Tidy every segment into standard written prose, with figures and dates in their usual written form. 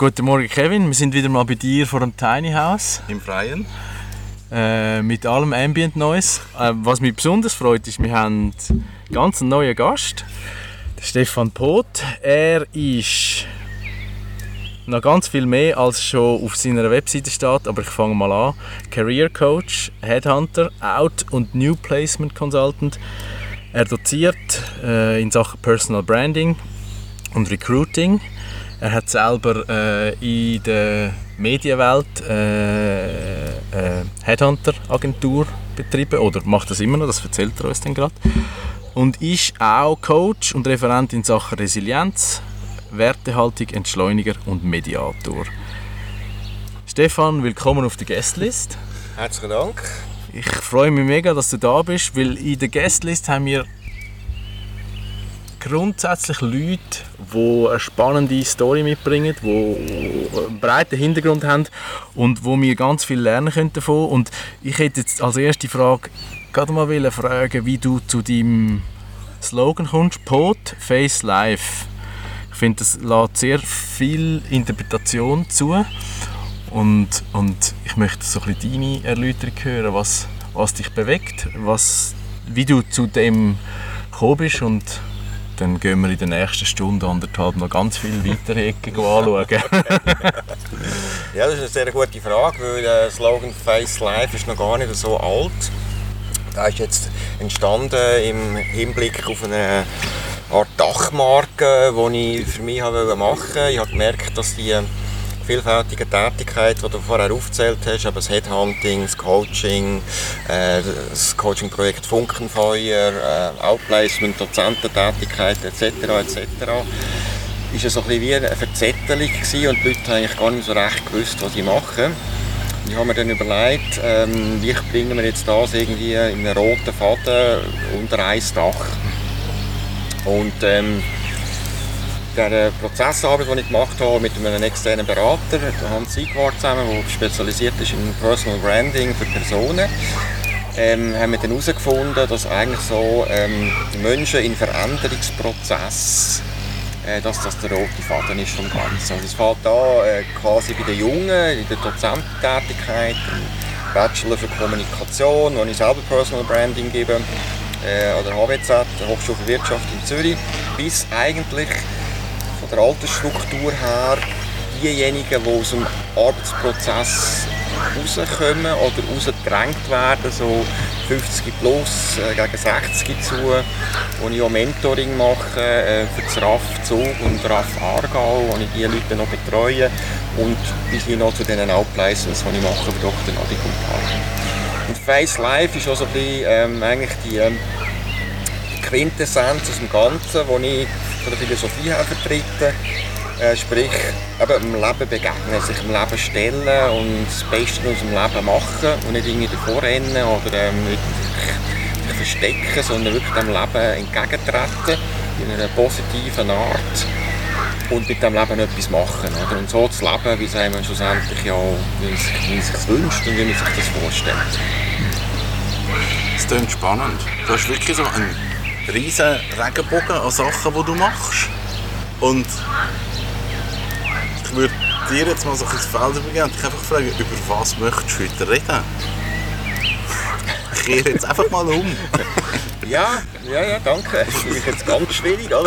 Guten Morgen Kevin, wir sind wieder mal bei dir vor dem Tiny House. Im Freien. Mit allem Ambient Noise. Was mich besonders freut, ist, wir haben einen ganz neuen Gast, den Stefan Poth. Er ist noch ganz viel mehr, als schon auf seiner Webseite steht, aber ich fange mal an. Career Coach, Headhunter, Out- und New Placement Consultant. Er doziert in Sachen Personal Branding und Recruiting. Er hat selber in der Medienwelt Headhunter-Agentur betrieben, oder macht das immer noch, das erzählt er uns dann gerade. Und ist auch Coach und Referent in Sachen Resilienz, Wertehaltung, Entschleuniger und Mediator. Stefan, willkommen auf der Guestlist. Herzlichen Dank. Ich freue mich mega, dass du da bist, weil in der Guestlist haben wir grundsätzlich Leute, die eine spannende Story mitbringen, die einen breiten Hintergrund haben und wo wir ganz viel lernen können davon. Und ich hätte jetzt als erste Frage gerade mal fragen, wie du zu deinem Slogan kommst, Poth, Face, Life. Ich finde, das lässt sehr viel Interpretation zu und ich möchte so ein bisschen deine Erläuterung hören, was dich bewegt, wie du zu dem gekommen bist, und dann gehen wir in der nächsten Stunde, anderthalb, noch ganz viele weitere Ecken anschauen. Ja, das ist eine sehr gute Frage, weil der Slogan Face Life ist noch gar nicht so alt. Der ist jetzt entstanden im Hinblick auf eine Art Dachmarke, die ich für mich machen wollte. Ich habe gemerkt, dass die vielfältige Tätigkeit, die du vorher aufgezählt hast, aber das Headhunting, das Coaching, das Coaching-Projekt Funkenfeuer, Outplacement, Dozententätigkeit etc. ist so ein bisschen wie eine Verzettelung gewesen, und die Leute haben eigentlich gar nicht so recht gewusst, was sie machen. Ich habe mir dann überlegt, wie bringen wir jetzt das irgendwie in einen roten Faden unter ein Dach. Und der Prozessarbeit, die ich gemacht habe mit einem externen Berater, Hans Sigwart zusammen, der spezialisiert ist in Personal Branding für Personen, haben wir dann herausgefunden, dass eigentlich so Menschen in Veränderungsprozess, dass das der rote Faden ist vom Ganzen. Also es fällt an quasi bei den Jungen, in der Dozententätigkeit, im Bachelor für Kommunikation, wo ich selber Personal Branding gebe, an der HWZ, der Hochschule für Wirtschaft in Zürich, bis eigentlich von der Altersstruktur her diejenigen, die aus dem Arbeitsprozess rauskommen oder rausgedrängt werden, so 50 plus, gegen 60 zu, wo ich auch Mentoring mache für das RAF Zug und RAF Aargau, wo ich diese Leute noch betreue, und bis hin noch zu den Outplacements, die ich mache für Dr. Nadik und Partner. Und Face Life ist auch so ein bisschen, eigentlich die Quintessenz aus dem Ganzen, die ich von der Philosophie her vertrete. Sprich, eben dem Leben begegnen, sich dem Leben stellen und das Beste aus dem Leben machen und nicht irgendwie davor rennen oder nicht sich verstecken, sondern wirklich dem Leben entgegentreten in einer positiven Art und mit dem Leben etwas machen. Oder? Und so zu leben, wie es einem schlussendlich ja, wie man sich das wünscht und wie man sich das vorstellt. Das klingt spannend. Du hast wirklich so einen riesen Regenbogen an Sachen, die du machst. Und ich würde dir jetzt mal so ins Feld übergeben und dich einfach fragen, über was möchtest du heute reden? Ich kehre jetzt einfach mal um. Ja, danke. Das ist für mich jetzt ganz schwierig, oder?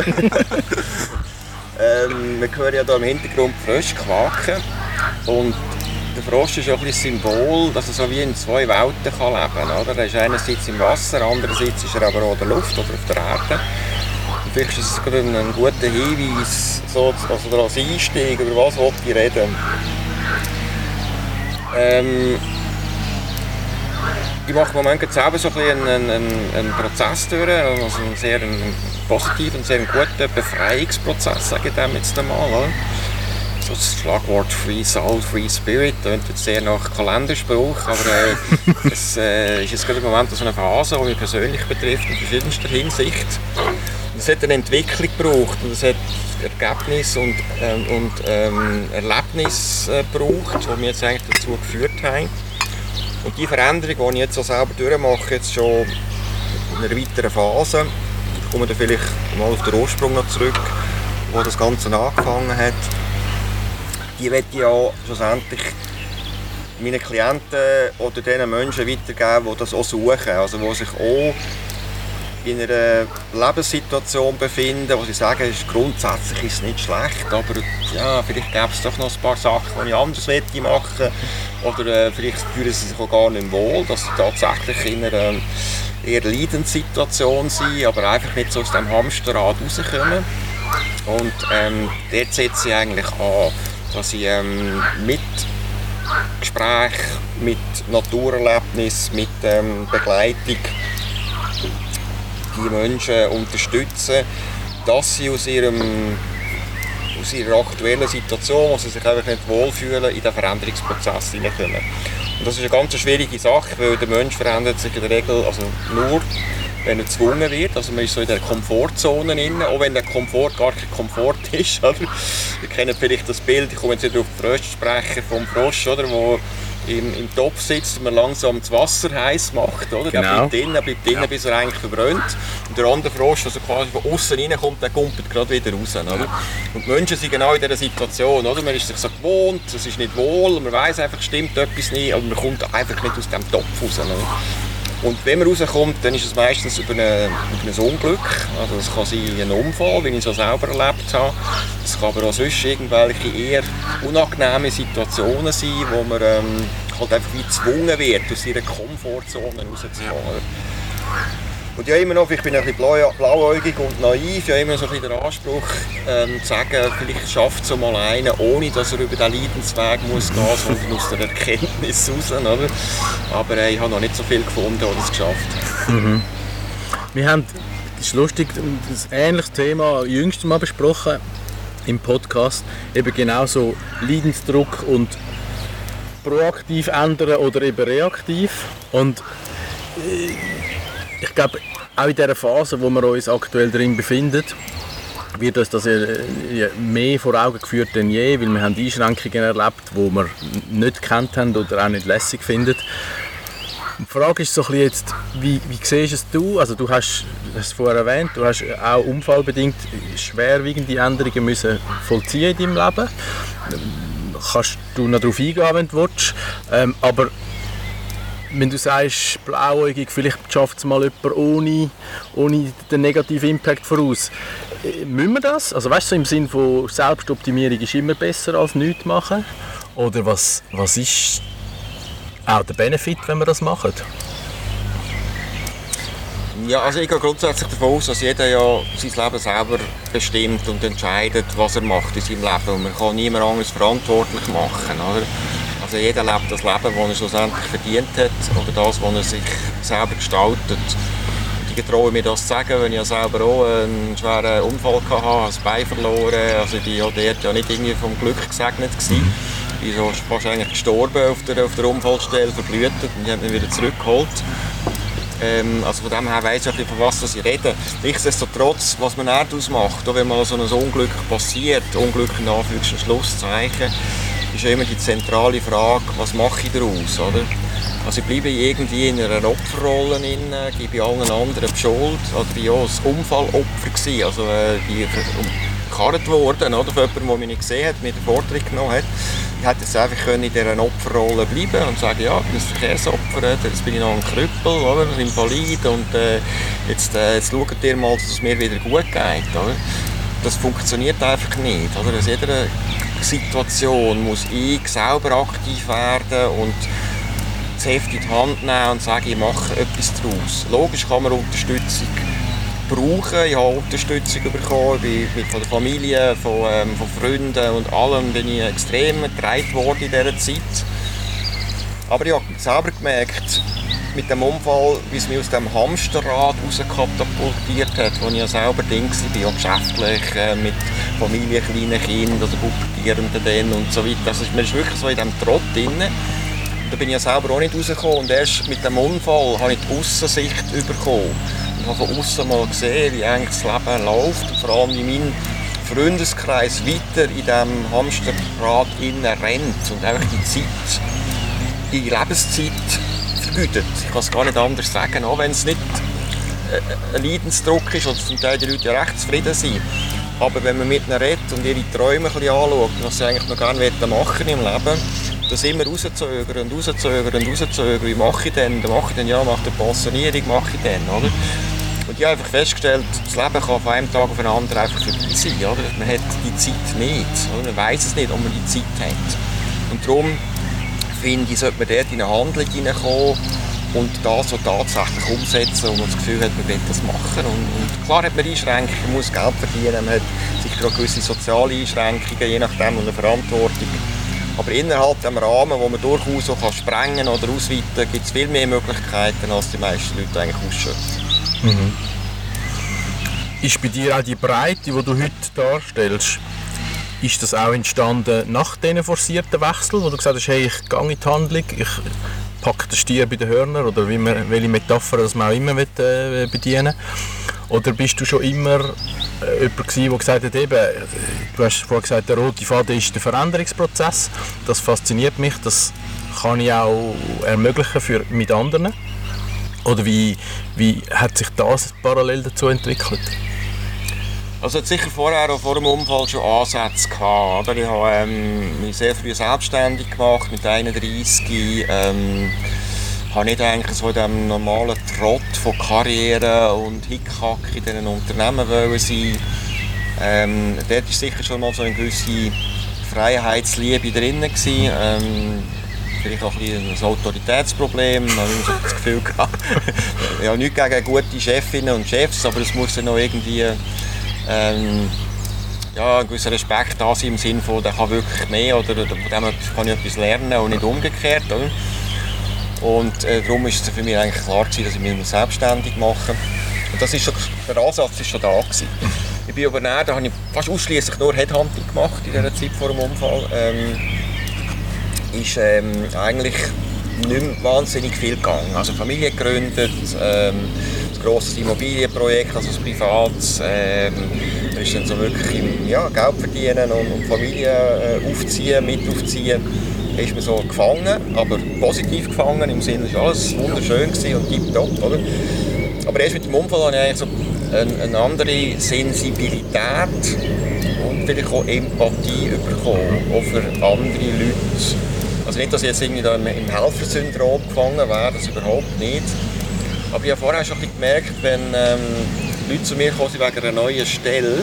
Wir hören ja hier im Hintergrund Frösche quaken. Und der Frosch ist auch ein bisschen Symbol, dass er so wie in zwei Welten kann leben kann. Oder? Er ist einerseits im Wasser, andererseits ist er aber auch in der Luft oder auf der Erde. Und vielleicht ist es gerade ein guter Hinweis, so, also als Einstieg, über was ich reden. Ich mache im Moment selber so ein bisschen einen Prozess durch, also einen sehr positiven, sehr guten Befreiungsprozess, sage ich dem jetzt einmal. Oder? So das Schlagwort Free Soul, Free Spirit klingt jetzt sehr nach Kalenderspruch, aber es ist jetzt gerade im Moment so eine Phase, die mich persönlich betrifft, in verschiedenster Hinsicht. Es hat eine Entwicklung gebraucht und es hat Ergebnis und Erlebnis gebraucht, die mich jetzt eigentlich dazu geführt haben. Und die Veränderung, die ich jetzt auch selber durchmache, jetzt schon in einer weiteren Phase, ich komme dann vielleicht mal auf den Ursprung noch zurück, wo das Ganze angefangen hat, die möchte ich ja schlussendlich meinen Klienten oder den Menschen weitergeben, die das auch suchen, also die sich auch in einer Lebenssituation befinden, wo sie sagen, grundsätzlich ist es nicht schlecht, aber ja, vielleicht gäbe es doch noch ein paar Sachen, die ich anders machen möchte. Oder vielleicht fühlen sie sich auch gar nicht wohl, dass sie tatsächlich in einer eher Leidenssituation sind, aber einfach nicht so aus dem Hamsterrad rauskommen. Und dort setze ich eigentlich an, dass ich mit Gespräch, mit Naturerlebnis, mit Begleitung die Menschen unterstützen, dass sie aus ihrer aktuellen Situation, wo sie sich einfach nicht wohlfühlen, in den Veränderungsprozess hineinkommen. Und das ist eine ganz schwierige Sache, weil der Mensch verändert sich in der Regel also nur, wenn er gezwungen wird. Also man ist so in der Komfortzone drin, auch wenn der Komfort gar kein Komfort ist. Oder? Ihr kennt vielleicht das Bild, ich komme jetzt wieder auf die Frösche sprechen, vom Frosch, oder, wo im Topf sitzt und man langsam das Wasser heiß macht. Oder? Genau. Der bleibt drinnen, bis er eigentlich verbrennt. Und der andere Frosch, der also quasi von außen reinkommt, der kumpelt gerade wieder raus. Oder? Und die Menschen sind genau in dieser Situation. Oder? Man ist sich so gewohnt, es ist nicht wohl, man weiss einfach, stimmt etwas nicht, aber man kommt einfach nicht aus dem Topf raus. Oder? Und wenn man rauskommt, dann ist es meistens über ein Unglück. Also das kann sein ein Unfall, wie ich es auch selber erlebt habe. Es kann aber auch sonst irgendwelche eher unangenehme Situationen sein, wo man halt einfach wie gezwungen wird, aus ihrer Komfortzone rauszukommen. Und ja, immer noch, ich bin ein bisschen blauäugig und naiv, ja, immer so ein bisschen der Anspruch zu sagen, vielleicht schafft es mal einen, ohne dass er über den Leidensweg muss gehen, sondern aus der Erkenntnis raus. Oder? Aber ich habe noch nicht so viel gefunden, die es geschafft haben. Wir haben, das ist lustig, ein ähnliches Thema jüngst mal besprochen im Podcast, eben genau so Leidensdruck und proaktiv ändern oder eben reaktiv. Und ich glaube, auch in dieser Phase, wo wir uns aktuell drin befinden, wird uns das mehr vor Augen geführt denn je, weil wir haben Einschränkungen erlebt, die wir nicht gekannt haben oder auch nicht lässig finden. Die Frage ist so ein bisschen jetzt, wie siehst du es? Also du hast es vorher erwähnt, du hast auch unfallbedingt schwerwiegende Änderungen müssen vollziehen in deinem Leben. Kannst du noch darauf eingehen, wenn du willst. Aber wenn du sagst, blauäugig, vielleicht schafft es mal jemand ohne den negativen Impact voraus. Müssen wir das? Also weißt du, so im Sinne von Selbstoptimierung ist immer besser als nichts machen? Oder was ist auch der Benefit, wenn wir das machen? Ja, also ich gehe grundsätzlich davon aus, dass jeder ja sein Leben selber bestimmt und entscheidet, was er macht in seinem Leben. Und man kann niemand anderes verantwortlich machen, oder? Also jeder lebt das Leben, das er schlussendlich verdient hat oder das, was er sich selber gestaltet. Und ich traue mir das zu sagen, wenn ich ja selber auch einen schweren Unfall hatte, habe das Bein verloren. Also ich war dort ja nicht irgendwie vom Glück gesegnet gewesen. Ich bin so fast eigentlich gestorben auf der Unfallstelle, verblühtet, und die haben mich wieder zurückgeholt. Also von dem her weiss ich ein bisschen, von was ich rede. Nichtsdestotrotz, was man nicht ausmacht, auch wenn mal so ein Unglück passiert, Unglück in Anführungs- und Schlusszeichen, ist ja immer die zentrale Frage, was mache ich daraus, oder? Also ich bleibe irgendwie in einer Opferrolle drin, gebe allen anderen die Schuld, oder bin ja ein Unfallopfer gewesen, also bin gekarrt worden, oder, von jemandem, der mich nicht gesehen hat, mir den Vortritt genommen hat. Ich hätte jetzt einfach in dieser Opferrolle bleiben und sagen, ja, ich bin ein Verkehrsopfer, jetzt bin ich noch ein Krüppel, oder, ein Invalid, und jetzt schaut ihr mal, dass es mir wieder gut geht, oder? Das funktioniert einfach nicht, oder? In jeder Situation muss ich selber aktiv werden und das Heft in die Hand nehmen und sagen, ich mache etwas daraus. Logisch kann man Unterstützung brauchen. Ich habe Unterstützung bekommen von der Familie, von Freunden und allem. Bin ich extrem getragen worden in dieser Zeit. Aber ich habe selber gemerkt, mit dem Unfall, wie es mich aus dem Hamsterrad rauskatapultiert hat, wo ich ja selber drin war, auch geschäftlich, mit Familie, kleinen Kindern oder Pubertierenden und so weiter. Also man ist wirklich so in diesem Trott drin. Da bin ich ja selber auch nicht rausgekommen, und erst mit dem Unfall habe ich die Aussensicht bekommen. Ich habe von außen mal gesehen, wie eigentlich das Leben läuft, und vor allem wie mein Freundeskreis weiter in diesem Hamsterrad rennt und einfach die Lebenszeit vergütet. Ich kann es gar nicht anders sagen, auch wenn es nicht ein Leidensdruck ist und zum Teil die Leute ja recht zufrieden sind. Aber wenn man mit ihnen redet und ihre Träume ein bisschen anschaut, was sie eigentlich noch gerne machen im Leben, das immer rauszögern. Wie mache ich denn? Dann mache ich dann, ja, nach der Pensionierung mache ich dann, oder? Und ich habe einfach festgestellt, das Leben kann von einem Tag auf den anderen einfach vorbei sein, oder? Man hat die Zeit nicht, oder? Man weiss es nicht, ob man die Zeit hat. Und darum finde ich, sollte man dort in eine Handlung hineinkommen und das so tatsächlich umsetzen, wo man das Gefühl hat, man will das machen. Und klar hat man Einschränkungen, man muss Geld verdienen, man hat sicher auch gewisse soziale Einschränkungen, je nachdem, und eine Verantwortung. Aber innerhalb des Rahmens, wo man durchaus auch sprengen oder ausweiten kann, gibt es viel mehr Möglichkeiten, als die meisten Leute eigentlich ausschöpfen. Mhm. Ist bei dir auch die Breite, die du heute darstellst, ist das auch entstanden nach diesen forcierten Wechsel, wo du gesagt hast, hey, ich gehe in die Handlung, ich packe den Stier bei den Hörnern oder welche Metapher das man auch immer bedienen will? Oder bist du schon immer jemand gewesen, der gesagt hat, eben, du hast vorhin gesagt, der rote Faden ist der Veränderungsprozess, das fasziniert mich, das kann ich auch ermöglichen mit anderen? Oder wie hat sich das parallel dazu entwickelt? Also hat sicher vorher, auch vor dem Unfall, schon Ansätze gehabt. Oder? Ich habe mich sehr früh selbstständig gemacht, mit 31. Habe nicht eigentlich so in diesem normalen Trott von Karriere und Hickhack in diesen Unternehmen wollen sein. Dort war sicher schon mal so eine gewisse Freiheitsliebe drin. Vielleicht auch ein Autoritätsproblem, da habe ich so das Gefühl gehabt. Ich habe nichts gegen gute Chefinnen und Chefs, aber es muss ja noch irgendwie ein gewisser Respekt da sein im Sinne von, der kann wirklich mehr oder von dem kann ich etwas lernen und nicht umgekehrt. Oder? Und darum war es für mich eigentlich klar gewesen, dass ich mich selbstständig mache. Und das ist schon, der Ansatz war schon da gewesen. Ich bin aber näher, da habe ich fast ausschließlich nur Headhunting gemacht in dieser Zeit vor dem Unfall. Ist eigentlich nicht mehr wahnsinnig viel gegangen. Also Familie gegründet, ein grosses Immobilienprojekt, also ein privates. Da ist dann so wirklich Geld verdienen und Familie aufziehen, mit aufziehen. Da ist man so gefangen, aber positiv gefangen, im Sinne, es war alles wunderschön und tipptopp, oder? Aber erst mit dem Unfall habe ich eigentlich so eine andere Sensibilität und vielleicht auch Empathie bekommen, auch für andere Leute. Also nicht, dass ich jetzt irgendwie da im Helfersyndrom gefangen wäre, das überhaupt nicht. Aber ich habe vorher schon gemerkt, wenn Leute zu mir kommen wegen einer neuen Stelle,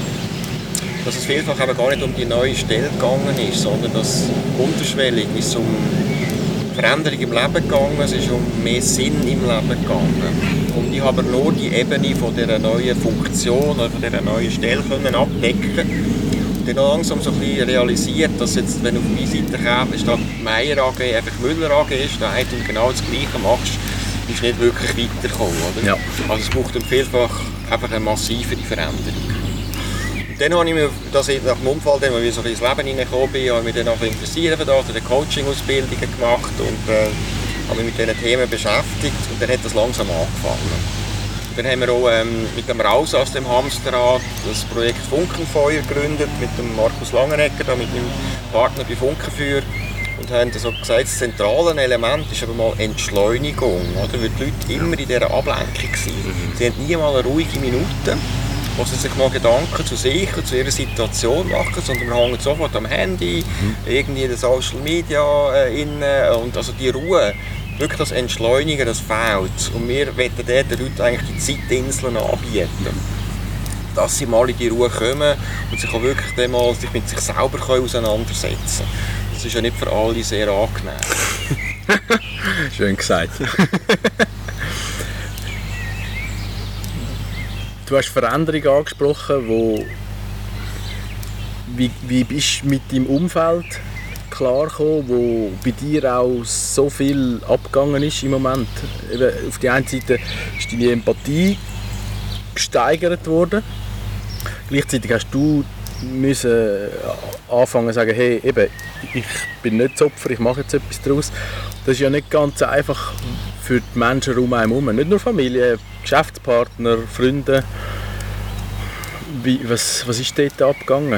dass es vielfach eben gar nicht um die neue Stelle gegangen ist, sondern dass unterschwellig ist um Veränderung im Leben gegangen, es ist um mehr Sinn im Leben gegangen. Und ich habe nur die Ebene von dieser neuen Funktion oder von dieser neuen Stelle können abdecken. Und dann langsam so ein bisschen realisiert, dass jetzt, wenn du auf meine Seite kommst, statt Meier AG einfach Müller AG ist, da du genau das Gleiche machst, ist nicht wirklich weitergekommen. Oder? Ja. Also es braucht dann vielfach einfach eine massivere Veränderung. Und dann habe ich mich, dass ich nach dem Unfall, dann, als ich so ins Leben hineingekommen bin, habe ich mich dann interessiert für das, eine Coaching-Ausbildungen gemacht und habe mich mit diesen Themen beschäftigt und dann hat das langsam angefangen. Dann haben wir auch mit dem Raus aus dem Hamsterrad das Projekt Funkenfeuer gegründet, mit dem Markus Langenegger, mit meinem Partner bei Funkenfeuer. Und haben so gesagt, das zentrale Element ist aber mal Entschleunigung. Oder? Weil die Leute immer in dieser Ablenkung waren. Sie haben nie mal eine ruhige Minute, wo sie sich mal Gedanken zu sich und zu ihrer Situation machen, sondern wir hängen sofort am Handy, irgendwie in den Social Media und also die Ruhe. Wirklich das Entschleunigen, das fehlt. Und wir wollen den Leuten eigentlich die Zeitinseln anbieten. Dass sie mal in die Ruhe kommen und sich auch wirklich mal sich mit sich selber auseinandersetzen können. Das ist ja nicht für alle sehr angenehm. Schön gesagt. Du hast Veränderung angesprochen, wie bist du mit deinem Umfeld klargekommen, wo bei dir auch so viel abgegangen ist im Moment? Eben, auf der einen Seite ist deine Empathie gesteigert worden. Gleichzeitig hast du müssen anfangen zu sagen, hey, eben, ich bin nicht das Opfer, ich mache jetzt etwas daraus. Das ist ja nicht ganz einfach für die Menschen um einen herum. Nicht nur Familie, Geschäftspartner, Freunde. Was ist dort abgegangen?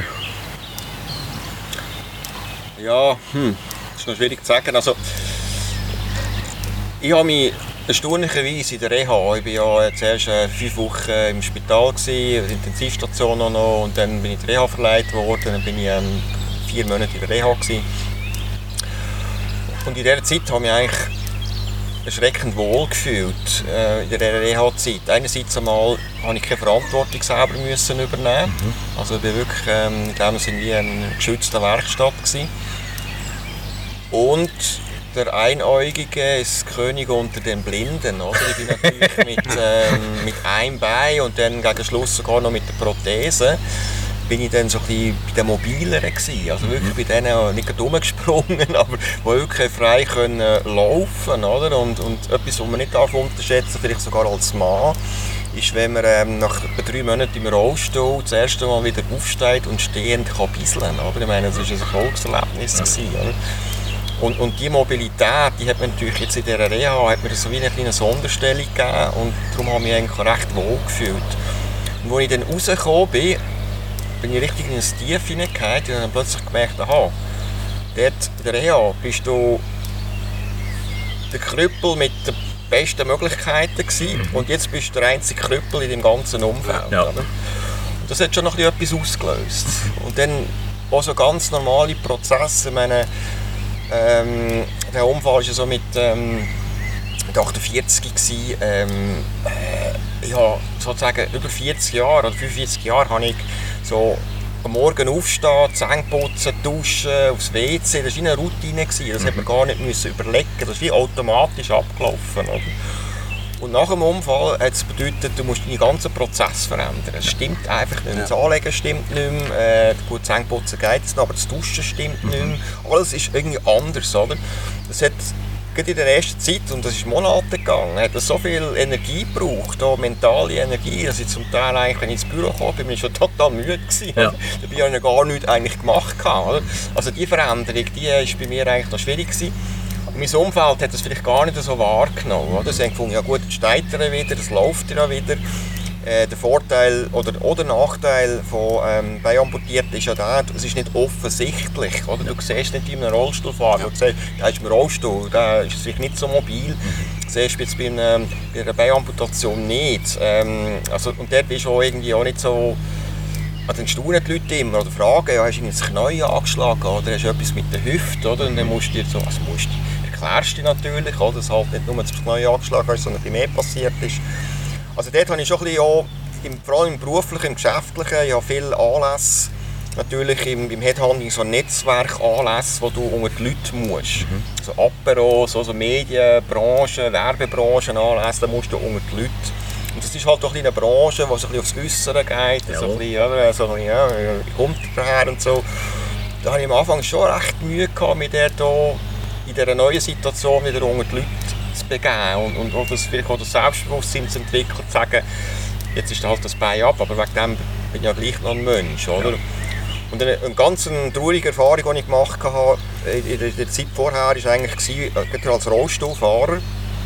Ja, das ist noch schwierig zu sagen. Also, ich habe mich erstaunlicherweise in der Reha. Ich war ja zuerst 5 Wochen im Spital, Intensivstation noch, und dann bin ich in die Reha verleiht worden. Dann bin ich 4 Monate in der Reha gewesen. Und in dieser Zeit habe ich mich eigentlich erschreckend wohl gefühlt, in der Reha-Zeit. Einerseits einmal habe ich keine Verantwortung selber müssen übernehmen. Also ich war wirklich in dem Sinne wie eine geschützte Werkstatt gewesen. Und der Einäugige ist König unter den Blinden. Oder? Ich bin natürlich mit einem Bein und dann gegen Schluss sogar noch mit der Prothese bin ich dann so ein bisschen bei den Mobileren gewesen. Also wirklich bei denen nicht rumgesprungen, aber die wirklich frei können laufen, oder? Und etwas, was man nicht unterschätzen, vielleicht sogar als Mann, ist, wenn man nach etwa 3 Monaten im Rollstuhl das erste Mal wieder aufsteht und stehend kann bisseln, oder? Ich meine, das war ein Erfolgserlebnis gewesen, oder? Und die Mobilität, die hat man natürlich jetzt in dieser Reha, hat mir so wie eine kleine Sonderstellung gegeben, und darum habe ich mich eigentlich recht wohl gefühlt. Und als ich dann rausgekommen bin ich richtig in ein Tief hineingefallen und dann plötzlich gemerkt, aha, dort in der Reha bist du der Krüppel mit den besten Möglichkeiten gewesen, und jetzt bist du der einzige Krüppel in dem ganzen Umfeld. Ja. Oder? Und das hat schon noch etwas ausgelöst. Und dann auch so ganz normale Prozesse. Ich meine, der Unfall war ja so mit 48 gewesen. Ja, sozusagen über 40 Jahre oder 45 Jahre habe ich so am Morgen aufstehen, Zähne putzen, duschen, aufs WC. Das war eine Routine. Das hat man gar nicht überlegen. Das ist wie automatisch abgelaufen. Oder? Und nach dem Unfall hat es bedeutet, du musst deinen ganzen Prozess verändern. Es stimmt einfach nicht mehr. Das Anlegen stimmt nicht mehr. Gut, Zähneputzen geht es noch, aber das Duschen stimmt nicht mehr. Alles ist irgendwie anders. Oder? Das hat gerade in der ersten Zeit, und das ist Monate gegangen, hat das so viel Energie gebraucht, auch mentale Energie, dass ich zum Teil eigentlich, wenn ich ins Büro kam, bin ich schon total müde gewesen. Ja. Da habe ich gar nichts eigentlich gemacht. Oder? Also die Veränderung, die war bei mir eigentlich noch schwierig gewesen. Und mein Umfeld hat das vielleicht gar nicht so wahrgenommen. Oder? Sie haben gefunden, ja gut, jetzt steht er wieder, es läuft ja wieder. Der Vorteil oder Nachteil von Beinamputierten ist ja der, es ist nicht offensichtlich. Oder? Du siehst nicht in einem Rollstuhlfahrer, du siehst, der ist im Rollstuhl, der ist vielleicht nicht so mobil. Das siehst du jetzt bei einer Beinamputation nicht. Und dort bist du auch irgendwie auch nicht so. Also dann staunen die Leute immer oder fragen, ja, hast du das Knie angeschlagen oder hast du etwas mit der Hüfte? Oder? Und dann erklärst du dir natürlich, oder? Dass halt nicht nur das Knie angeschlagen hast, sondern mehr passiert ist. Also dort habe ich schon ein bisschen auch, vor allem im beruflichen, im geschäftlichen, ja viele Anlässe, natürlich im Headhunting so Netzwerkanlässe, wo du unter die Leute musst. So Aperos, so Medienbranchen, Werbebranchen Anlässe, da musst du unter die Leute. Und das ist halt auch eine Branche, die so ein bisschen aufs Äußere geht, so ein bisschen, wie kommt der her und so. Da hatte ich am Anfang schon recht Mühe gehabt, mit der hier in dieser neuen Situation wieder unter die Leute zu begeben und auch vielleicht auch das Selbstbewusstsein zu entwickeln, zu sagen, jetzt ist halt das Bein ab, aber wegen dem bin ich ja gleich noch ein Mensch. Oder? Ja. Und eine ganz traurige Erfahrung, die ich gemacht habe in der Zeit vorher, war eigentlich als Rollstuhlfahrer,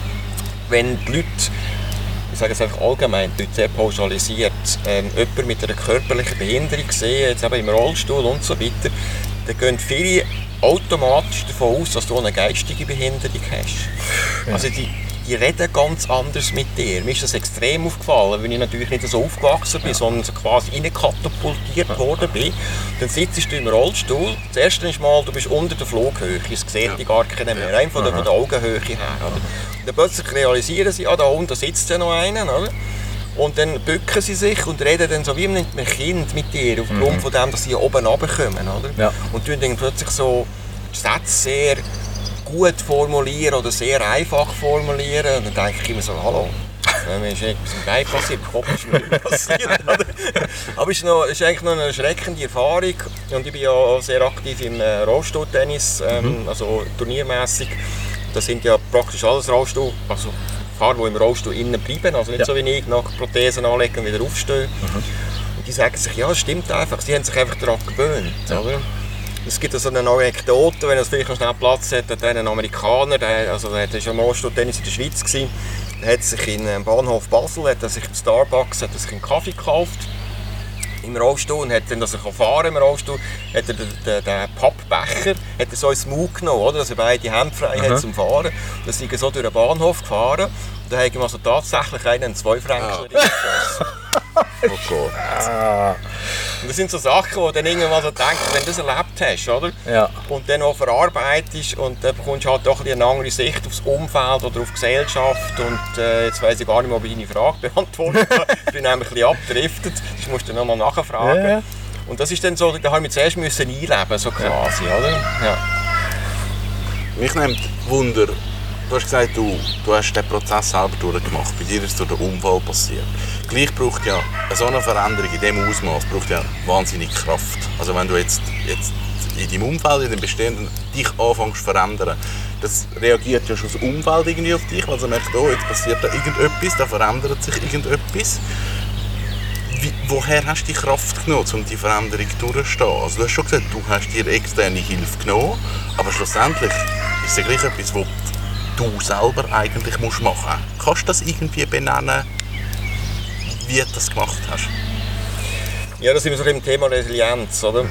wenn die Leute, ich sage es einfach allgemein, die Leute sehr pauschalisiert, jemanden mit einer körperlichen Behinderung sehen, jetzt eben im Rollstuhl und so weiter, dann gehen viele automatisch davon aus, dass du eine geistige Behinderung hast. Ja. Also die reden ganz anders mit dir. Mir ist das extrem aufgefallen, weil ich natürlich nicht so aufgewachsen bin, sondern so quasi reinkatapultiert worden bin. Dann sitzt du im Rollstuhl. Das erste ist mal, du bist unter der Flughöhe, es sieht dich gar keiner mehr, rein von der Augenhöhe her. Oder? Und dann plötzlich realisieren sie, da unten sitzt ja noch einer. Oder? Und dann bücken sie sich und reden dann so wie mit einem Kind mit dir, aufgrund von dem, dass sie hier oben runterkommen. Oder? Ja. Und dann plötzlich so Sätze sehr gut formulieren oder sehr einfach formulieren. Und dann denke ich immer so, hallo, mir ist etwas im Bein passiert, im Kopf ist mir nicht passiert. Aber es ist eigentlich noch eine erschreckende Erfahrung. Und ich bin ja auch sehr aktiv im Rollstuhltennis, also turniermässig. Das sind ja praktisch alles Rollstuhl, also Fahrer, die im Rollstuhl innen bleiben, also nicht so wie ich, nach Prothesen anlegen und wieder aufstehen. Und die sagen sich, ja, es stimmt einfach, sie haben sich einfach daran gewöhnt. Oder? Es gibt so eine Anekdote, wenn es vielleicht noch schnell Platz hat, hat ein Amerikaner, der war schon im Rollstuhltennis in der Schweiz gewesen, der hat sich im Bahnhof Basel, hat sich im Starbucks einen Kaffee gekauft, im Rollstuhl und hat dann, dass er fahren im Rollstuhl, hat er den Pappbecher hat er so ins Maul genommen, oder? Dass er beide Hände frei hat zum Fahren. Und dann sind so durch den Bahnhof gefahren und dann haben wir also tatsächlich einen 2 Franken geschossen. Oh Gott. Und das sind so Sachen, wo du dann irgendwann so denkst, wenn du das erlebt hast, oder? Ja. Und dann auch verarbeitest und dann bekommst du halt doch eine andere Sicht aufs Umfeld oder auf die Gesellschaft. Und jetzt weiss ich gar nicht mehr, ob ich deine Frage beantwortet habe. Ich bin nämlich ein bisschen abgedriftet, das musst du nochmal nachfragen. Ja. Und das ist dann so, da habe ich zuerst einleben, so quasi, oder? Ja. Mich nimmt Wunder, du hast gesagt, du hast den Prozess selber durchgemacht, bei dir ist durch den Unfall passiert. Gleich braucht ja so eine Veränderung in diesem Ausmaß braucht ja wahnsinnig Kraft. Also wenn du jetzt in deinem Umfeld, in dem Bestehenden, dich anfängst zu verändern, das reagiert ja schon das Umfeld irgendwie auf dich, weil du merkst, oh, jetzt passiert da irgendetwas, da verändert sich irgendetwas. Woher hast du die Kraft genommen, um die Veränderung durchzustehen? Also du hast schon gesagt, du hast dir externe Hilfe genommen, aber schlussendlich ist es ja gleich etwas, was du selber eigentlich machen musst. Kannst du das irgendwie benennen, wie du das gemacht hast? Ja, das sind wir so im Thema Resilienz, oder?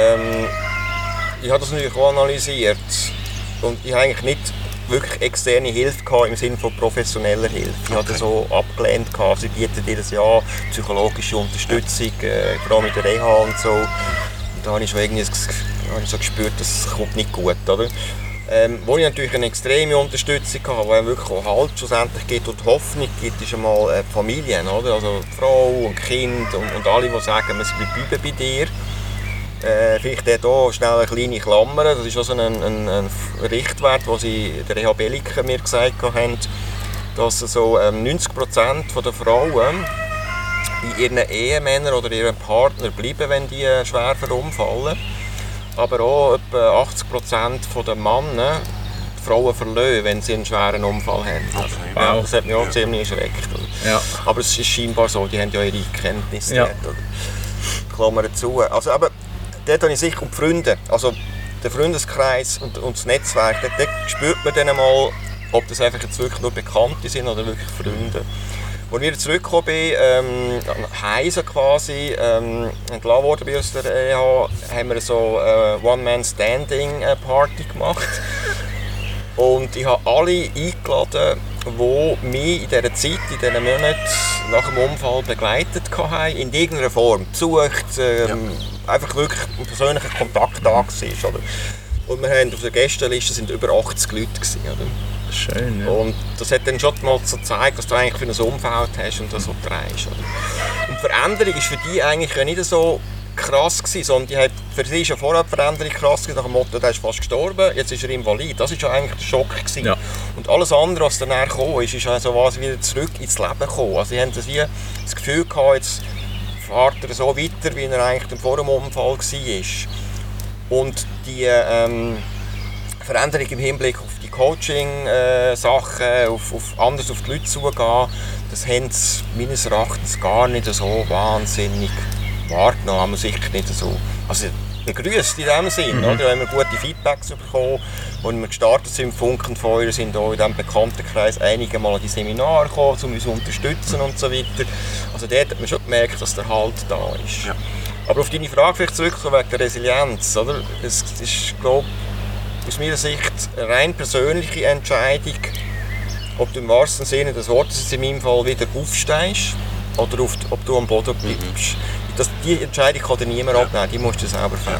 Ich habe das natürlich auch analysiert und ich habe eigentlich nicht wirklich externe Hilfe gehabt, im Sinne von professioneller Hilfe. Ich hatte das so abgelehnt gehabt. Sie bieten jedes Jahr psychologische Unterstützung, gerade mit der Reha und so. Und da habe ich schon irgendwie so gespürt, das kommt nicht gut, oder? Wo ich natürlich eine extreme Unterstützung hatte, die wirklich auch Halt schlussendlich gibt und Hoffnung gibt, ist einmal Familien, oder? Also die Frau und Kind und alle, die sagen, wir bleiben bei dir. Vielleicht hier schnell eine kleine Klammer, das ist auch so ein Richtwert, den sie der Reha Belliken mir gesagt haben, dass so 90% der Frauen bei ihren Ehemännern oder ihrem Partner bleiben, wenn die schwer verunfallen. Aber auch etwa 80% der Männer die Frauen verlieren, wenn sie einen schweren Unfall haben. Also, wow. Das hat mich auch ziemlich erschreckt. Ja. Aber es ist scheinbar so, die haben ja ihre Kenntnisse. Ja. Klammer zu. Also, aber dort habe ich sicher um die Freunde, also der Freundeskreis und das Netzwerk, dort spürt man dann mal, ob das einfach jetzt wirklich nur Bekannte sind oder wirklich Freunde. Als ich wieder zurückgekommen bin, Heisen quasi, entlassen worden bei uns der EH, haben wir so eine One-Man-Standing-Party gemacht. Und ich habe alle eingeladen, die mich in dieser Zeit, in diesen Monaten nach dem Unfall begleitet haben, in irgendeiner Form, besucht, einfach wirklich ein persönlicher Kontakt da war. Oder? Und wir haben auf der Gästeliste sind über 80 Leute gewesen, oder? Schön, ja. Und das hat dann schon mal so gezeigt, was du eigentlich für ein Umfeld hast und das so trägst. Oder? Und die Veränderung war für die eigentlich nicht so krass gewesen, sondern für sie war ja vorher die Veränderung krass gewesen, nach dem Motto, der ist fast gestorben, jetzt ist er invalid. Das war ja eigentlich der Schock gewesen. Ja. Und alles andere, was danach kam, ist also was wieder zurück ins Leben gekommen. Also sie haben das Gefühl gehabt, jetzt fährt er so weiter, wie er eigentlich vor dem Unfall war. Und die Veränderung im Hinblick auf die Coaching-Sachen, anders auf die Leute zugehen, das haben sie meines Erachtens gar nicht so wahnsinnig wahrgenommen, haben wir sicher nicht so. Also begrüßt in dem Sinn, oder? Wenn wir gute Feedbacks bekommen, als wir gestartet sind im Funkenfeuer, sind auch in diesem Bekanntenkreis einige Mal an die Seminare gekommen, um uns zu unterstützen und so weiter. Also dort hat man schon gemerkt, dass der Halt da ist. Ja. Aber auf deine Frage vielleicht zurück, wegen der Resilienz, oder? Es ist, glaube ich, aus meiner Sicht eine rein persönliche Entscheidung, ob du im wahrsten Sinne des Wortes in meinem Fall wieder aufstehst oder ob du am Boden bleibst. Die Entscheidung kann dir niemand abnehmen, die musst du selber fällen.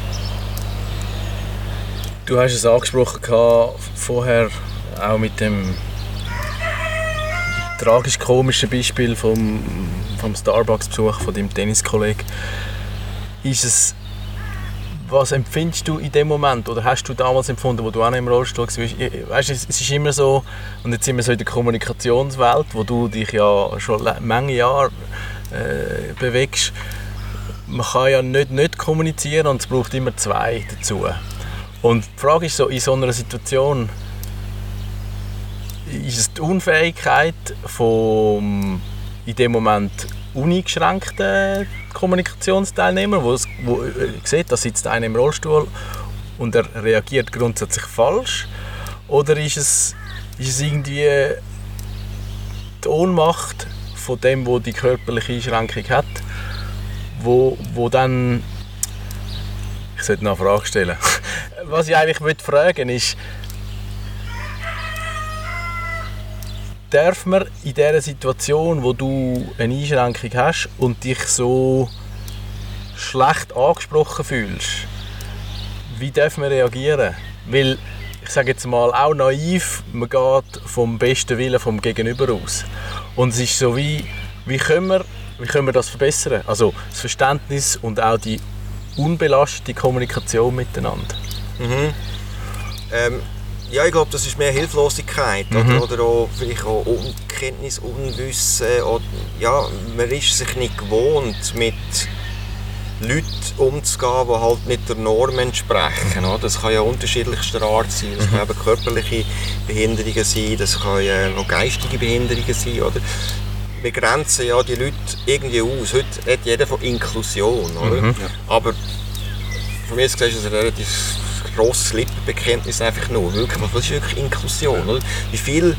Du hast es angesprochen vorher, auch mit dem tragisch-komischen Beispiel vom Starbucks-Besuch von deinem Tenniskollegen. Was empfindest du in dem Moment oder hast du damals empfunden, wo du auch noch im Rollstuhl warst? Weißt, es ist immer so, und jetzt sind wir so in der Kommunikationswelt, wo du dich ja schon Menge Jahre bewegst. Man kann ja nicht kommunizieren und es braucht immer zwei dazu. Und die Frage ist so, in so einer Situation, ist es die Unfähigkeit vom in dem Moment uneingeschränkten Kommunikationsteilnehmer, wo sieht, da sitzt einer im Rollstuhl und er reagiert grundsätzlich falsch? Oder ist es irgendwie die Ohnmacht von dem, der die körperliche Einschränkung hat, wo dann... Ich sollte noch eine Frage stellen. Was ich eigentlich fragen möchte, ist, darf man in dieser Situation, wo du eine Einschränkung hast und dich so schlecht angesprochen fühlst, wie darf man reagieren? Weil, ich sage jetzt mal, auch naiv, man geht vom besten Willen vom Gegenüber aus. Und es ist so wie können wir das verbessern? Also das Verständnis und auch die unbelastete Kommunikation miteinander. Ja, ich glaube, das ist mehr Hilflosigkeit oder auch vielleicht auch Unkenntnis, Unwissen. Oder, ja, man ist sich nicht gewohnt, mit Leuten umzugehen, die halt nicht der Norm entsprechen. Oder? Das kann ja unterschiedlichster Art sein. Das können eben körperliche Behinderungen sein, das können auch geistige Behinderungen sein. Oder? Wir grenzen ja die Leute irgendwie aus. Heute hat jeder von Inklusion. Oder? Ja. Aber von mir ist es ein relativ grosses Lippenbekenntnis einfach nur. Wirklich, was ist wirklich Inklusion? Oder? Wie viel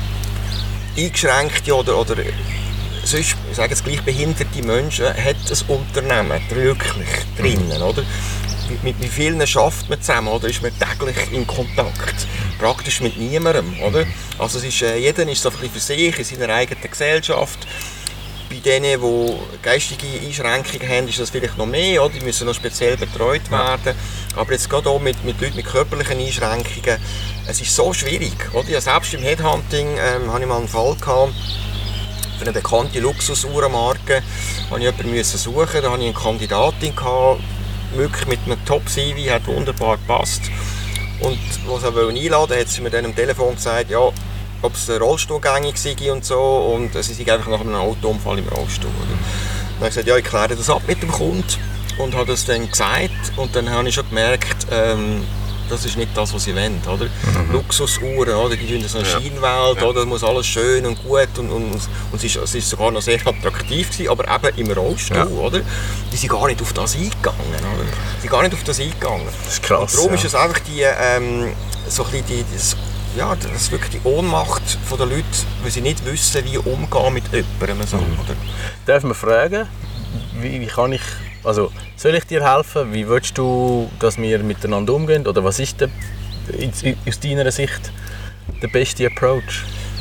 eingeschränkte oder sonst, ich sage jetzt gleich, behinderte Menschen hat ein Unternehmen wirklich drinnen, oder? Mit wie vielen schafft man zusammen, oder ist man täglich in Kontakt? Praktisch mit niemandem, oder? Also es ist, jeder ist so ein bisschen für sich, in seiner eigenen Gesellschaft. Bei denen, die geistige Einschränkungen haben, ist das vielleicht noch mehr, oder? Die müssen noch speziell betreut werden. Aber jetzt gerade auch mit Leuten mit körperlichen Einschränkungen, es ist so schwierig, oder? Ja, selbst im Headhunting hatte ich mal einen Fall gehabt, für eine bekannte Luxusuhrenmarke musste ich jemanden suchen. Da hatte ich eine Kandidatin, wirklich mit einem Top-CV, hat wunderbar gepasst. Und als sie einladen wollte, hat sie mir dann am Telefon gesagt, ja, ob es rollstuhlgängig sei und so. Und sie sei einfach nach einem Autounfall im Rollstuhl. Oder? Dann habe ich gesagt, ja, ich kläre das ab mit dem Kunden. Und habe das dann gesagt. Und dann habe ich schon gemerkt, das ist nicht das, was sie wollen, oder? Luxusuhren, oder? Die tun so eine Scheinwelt, oder? Das muss alles schön und gut und es ist sogar noch sehr attraktiv gewesen, aber eben im Rollstuhl, oder? Die sind gar nicht auf das eingegangen, oder? Die sind gar nicht auf das eingegangen. Das ist krass. Und darum ist es einfach so ein bisschen das ist wirklich die Ohnmacht der Leute, weil sie nicht wissen, wie umgehen mit jemandem, so, oder? Darf man fragen, wie kann ich... Also, soll ich dir helfen? Wie willst du, dass wir miteinander umgehen? Oder was ist aus deiner Sicht der beste Approach?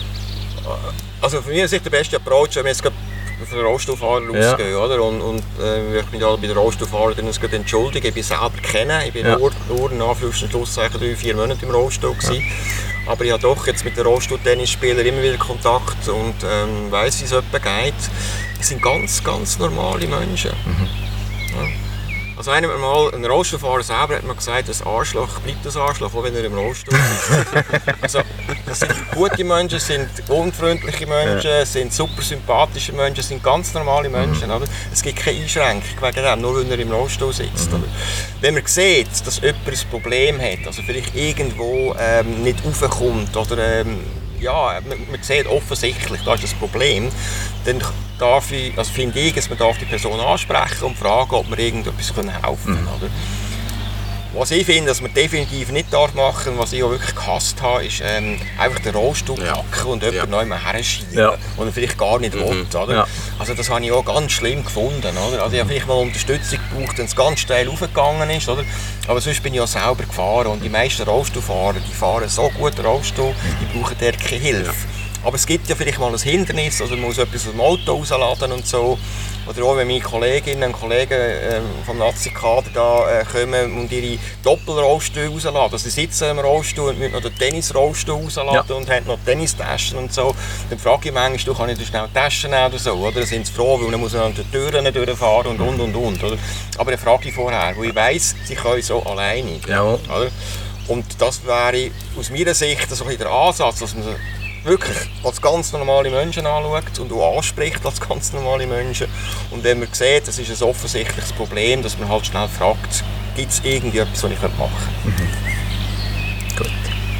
Also von meiner Sicht der beste Approach, wenn wir jetzt gerade für den Rollstuhlfahrer rausgehen, oder? Und ich mich bei den Rollstuhlfahrern entschuldigen. Ich bin selber kennen. Ich bin nur in Anführungszeichen 3-4 Monate im Rollstuhl gewesen. Aber ich habe doch jetzt mit den Rollstuhl-Tennisspielern immer wieder Kontakt und weiss, wie es jemandem geht. Es sind ganz, ganz normale Menschen. Ja. Also ein Rollstuhlfahrer selber hat mir gesagt, das Arschloch bleibt das Arschloch, auch wenn er im Rollstuhl ist. Also, das sind gute Menschen, sind unfreundliche Menschen, sind super sympathische Menschen, sind ganz normale Menschen. Oder? Es gibt keine Einschränkung wegen dem, nur weil er im Rollstuhl sitzt. Oder? Wenn man sieht, dass jemand ein Problem hat, also vielleicht irgendwo nicht raufkommt oder man sieht offensichtlich, da ist das Problem, dann finde ich, dass man die Person ansprechen und fragen, ob wir irgendetwas helfen können. Oder? Was ich finde, dass man definitiv nicht machen darf, was ich auch wirklich gehasst habe, ist einfach den Rollstuhl packen und jemanden neu mal herschieben, und er vielleicht gar nicht will. Oder? Ja. Also das habe ich auch ganz schlimm gefunden. Oder? Also ich habe vielleicht mal Unterstützung gebraucht, wenn es ganz steil hochgegangen ist. Oder? Aber sonst bin ich auch selber gefahren und die meisten Rollstuhlfahrer, die fahren so gut Rollstuhl, die brauchen dort keine Hilfe. Aber es gibt ja vielleicht mal ein Hindernis, also man muss etwas aus dem Auto rausladen und so. Oder auch wenn meine Kolleginnen und Kollegen vom Nazi-Kader da kommen und ihre Doppelrollstühle rausladen. Also sie sitzen im Rollstuhl und müssen noch den Tennisrollstuhl rausladen und haben noch Tennistaschen und so. Dann frage ich manchmal, kann ich da schnell Taschen nehmen oder so? Oder dann sind sie froh, weil dann muss man an den Türen durchfahren und. Oder? Aber dann frage ich vorher, weil ich weiss, sie können so alleine. Ja. Oder? Und das wäre aus meiner Sicht so der Ansatz, dass man wirklich als ganz normale Menschen anschaut und auch anspricht als ganz normale Menschen. Und wenn man sieht, das ist ein offensichtliches Problem, dass man halt schnell fragt, gibt es irgendetwas, was ich machen könnte? Gut.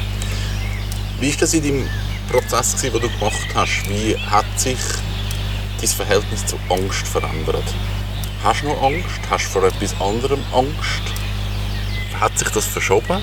Wie war das in deinem Prozess, den du gemacht hast? Wie hat sich dein Verhältnis zur Angst verändert? Hast du noch Angst? Hast du vor etwas anderem Angst? Hat sich das verschoben?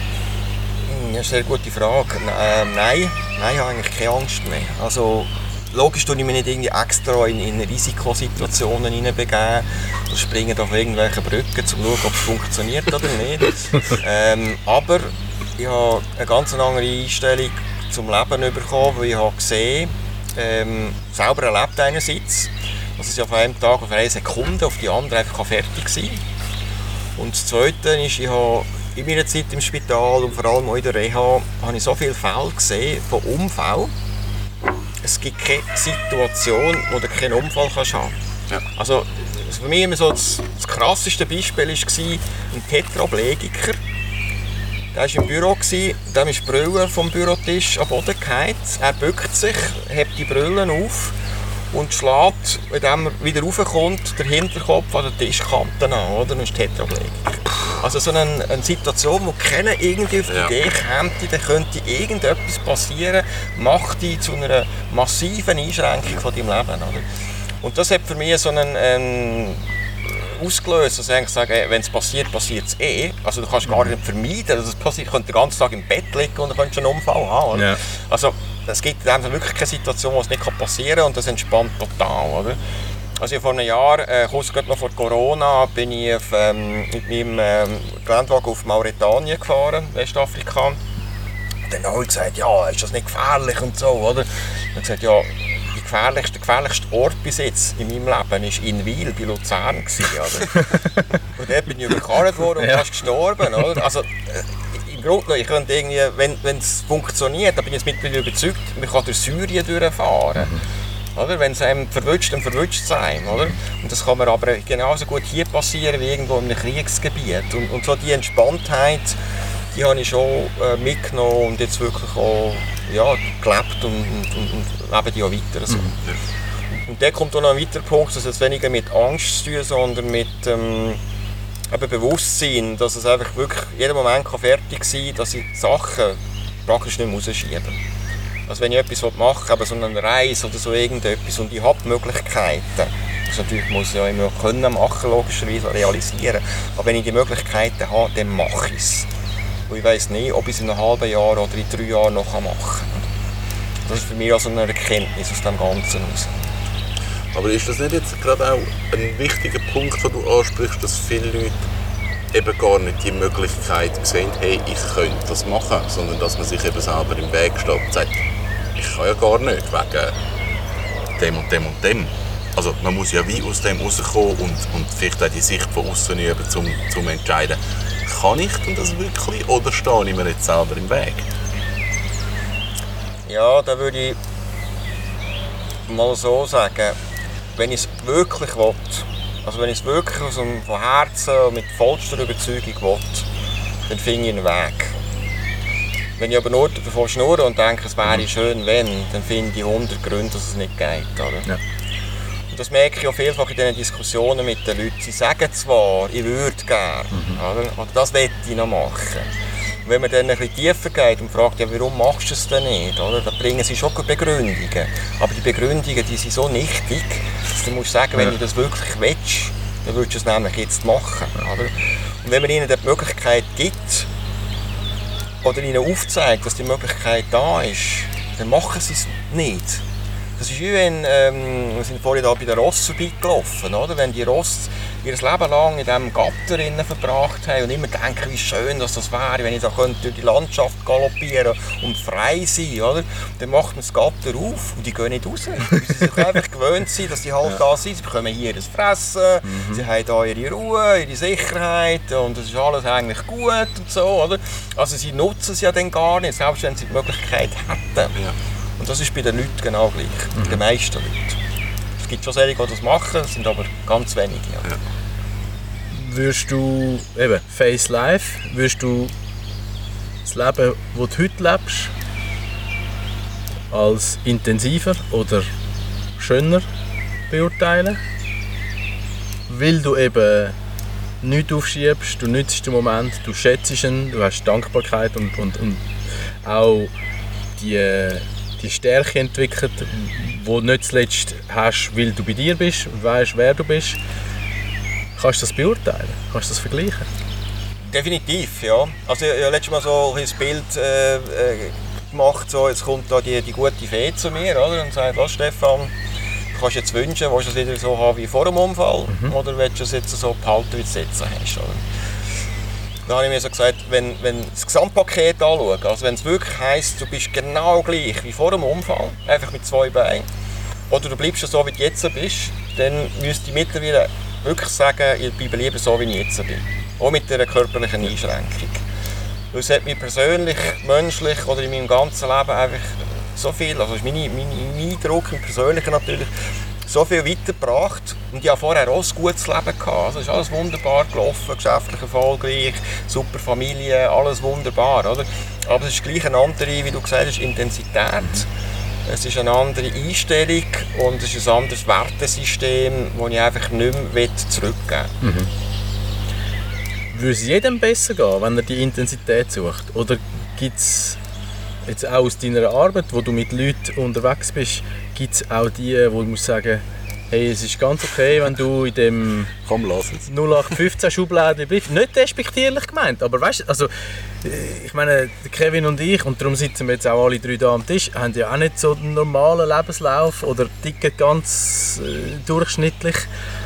Ja, sehr gute Frage. Nein, ich habe eigentlich keine Angst mehr. Also, logisch tue ich mich nicht irgendwie extra in Risikosituationen hineinbegeben oder springe auf irgendwelche Brücken, um zu schauen, ob es funktioniert oder nicht. Aber ich habe eine ganz andere Einstellung zum Leben bekommen, weil ich habe gesehen, selber erlebt einerseits, dass es ja von einem Tag auf eine Sekunde auf die andere einfach fertig sein kann. Und das Zweite ist, ich habe in meiner Zeit im Spital und vor allem auch in der Reha habe ich so viele Fälle gesehen von Unfällen. Es gibt keine Situation, wo du keinen Unfall haben kannst. Ja. Also für mich immer so das krasseste Beispiel war ein Tetraplegiker. Der war im Büro, dem ist die Brille vom Bürotisch am Boden gefallen. Er bückt sich, hebt die Brille auf und schlägt, wenn er wieder raufkommt, den Hinterkopf an der Tischkante an, oder? Und ist Tetraplegiker. Also so eine Situation, wo keiner irgendwie auf die Idee käme, dann könnte irgendetwas passieren, macht die zu einer massiven Einschränkung von deinem Leben. Oder? Und das hat für mich so einen ausgelöst, dass ich sage, wenn es passiert, passiert es eh. Also du kannst gar nicht vermeiden, dass es passiert. Du könntest den ganzen Tag im Bett liegen und du könntest einen Unfall haben. Oder? Ja. Also es gibt wirklich keine Situation, wo es nicht passieren kann und das entspannt total. Oder? Also vor einem Jahr, kurz noch vor Corona, bin ich mit meinem Geländewagen auf Mauretanien gefahren, Westafrika. Und dann habe ich gesagt, ja, ist das nicht gefährlich und so, oder? Dann gesagt, ja, der gefährlichste Ort bis jetzt in meinem Leben war in Wil bei Luzern. Oder? Und dort bin ich überkarrt worden und fast gestorben. Oder? Also, im Grunde, ich könnte irgendwie, wenn es funktioniert, dann bin ich jetzt mittlerweile überzeugt, man kann durch Syrien durchfahren. Oder? Wenn es einem verwünscht, dann verwünscht es einem. Oder? Und das kann mir aber genauso gut hier passieren wie irgendwo in einem Kriegsgebiet. Und so die Entspanntheit, die habe ich schon mitgenommen und jetzt wirklich auch gelebt und lebe die auch weiter. So. Und dann kommt auch noch ein weiterer Punkt, dass es weniger mit Angst zu tun, sondern mit Bewusstsein, dass es einfach wirklich jeden Moment fertig sein kann, dass ich Sachen praktisch nicht mehr rausschieben. Also wenn ich etwas machen will, so eine Reise oder so irgendetwas und ich habe Möglichkeiten, das natürlich muss ich ja immer können machen, logischerweise realisieren, aber wenn ich die Möglichkeiten habe, dann mache ich es. Und ich weiss nicht, ob ich es in einem halben Jahr oder in 3 Jahren noch machen kann. Das ist für mich also eine Erkenntnis aus dem Ganzen heraus. Aber ist das nicht jetzt gerade auch ein wichtiger Punkt, den du ansprichst, dass viele Leute eben gar nicht die Möglichkeit sehen, hey, ich könnte das machen, sondern dass man sich eben selber im Weg steht und sagt, ich kann ja gar nicht, wegen dem und dem und dem. Also man muss ja wie aus dem rauskommen und vielleicht auch die Sicht von außen üben, um entscheiden, kann ich denn das wirklich oder stehe ich mir jetzt selber im Weg? Ja, da würde ich mal so sagen, wenn ich es wirklich will, also wenn ich es wirklich von Herzen und mit vollster Überzeugung will, dann finde ich einen Weg. Wenn ich aber nur davon schnurre und denke, es wäre schön, wenn, dann finde ich 100 Gründe, dass es nicht geht. Oder? Ja. Und das merke ich auch vielfach in diesen Diskussionen mit den Leuten. Sie sagen zwar, ich würde gerne, oder das möchte ich noch machen. Und wenn man dann ein bisschen tiefer geht und fragt, ja, warum machst du es denn nicht, oder? Dann bringen sie schon Begründungen. Aber die Begründungen die sind so nichtig, dass du musst sagen, wenn du das wirklich willst, dann würdest du es nämlich jetzt machen. Oder? Und wenn man ihnen die Möglichkeit gibt, oder ihnen aufzeigt, dass die Möglichkeit da ist, dann machen sie es nicht. Das ist wie wenn, wir sind vorhin da bei den Rossen vorbeigelaufen, oder? Wenn die Rosse ihr Leben lang in diesem Gatter verbracht haben und immer denken, wie schön das wäre, wenn ich da durch die Landschaft galoppieren und frei sein, oder? Dann macht man das Gatter auf und die gehen nicht raus. Weil sie sich einfach gewöhnt sind, dass die halt da sind. Sie bekommen hier das Fressen, sie haben hier ihre Ruhe, ihre Sicherheit und es ist alles eigentlich gut und so, oder? Also sie nutzen es ja dann gar nicht, selbst wenn sie die Möglichkeit hätten. Ja. Und das ist bei den Leuten genau gleich, bei den meisten Leuten. Es gibt schon solche, die das machen, es sind aber ganz wenige. Ja. Ja. Würdest du, eben, Face Life, würdest du das Leben, das du heute lebst, als intensiver oder schöner beurteilen? Weil du eben nichts aufschiebst, du nützt den Moment, du schätzt ihn, du hast Dankbarkeit und auch die Stärke entwickelt, die du nicht zuletzt hast, weil du bei dir bist und weißt, wer du bist. Kannst du das beurteilen? Kannst du das vergleichen? Definitiv, ja. Also ich habe letztes Mal so ein Bild gemacht, so, jetzt kommt da die gute Fee zu mir, oder? Und sagt, was Stefan, du kannst jetzt wünschen, willst du es wieder so haben wie vor dem Unfall, oder willst du es jetzt so behalten, wie du es jetzt hast, oder? Dann habe ich mir so gesagt, wenn das Gesamtpaket anschaue, also wenn es wirklich heisst, du bist genau gleich wie vor dem Unfall, einfach mit 2 Beinen, oder du bleibst so, wie du jetzt bist, dann müsste ich mittlerweile wirklich sagen, ich bleibe lieber so, wie ich jetzt bin. Auch mit dieser körperlichen Einschränkung. Weil es hat mich persönlich, menschlich oder in meinem ganzen Leben einfach so viel, also ist mein Eindruck, im Persönlichen natürlich, so viel weitergebracht. Und ich hatte vorher auch ein gutes Leben gehabt. Also es ist alles wunderbar gelaufen, geschäftlich erfolgreich, super Familie, alles wunderbar, oder? Aber es ist gleich eine andere, wie du gesagt hast, Intensität. Es ist eine andere Einstellung und es ist ein anderes Wertesystem, das ich einfach nicht mehr zurückgeben will. Würde es jedem besser gehen, wenn er die Intensität sucht? Oder gibt es jetzt auch aus deiner Arbeit, wo du mit Leuten unterwegs bist, gibt es auch die, wo du musst sagen, hey, es ist ganz okay, wenn du in dem 0815 Schublade bleibst. Nicht despektierlich gemeint, aber weißt du, also, ich meine, Kevin und ich, und darum sitzen wir jetzt auch alle 3 da am Tisch, haben ja auch nicht so einen normalen Lebenslauf oder ticken ganz durchschnittlich.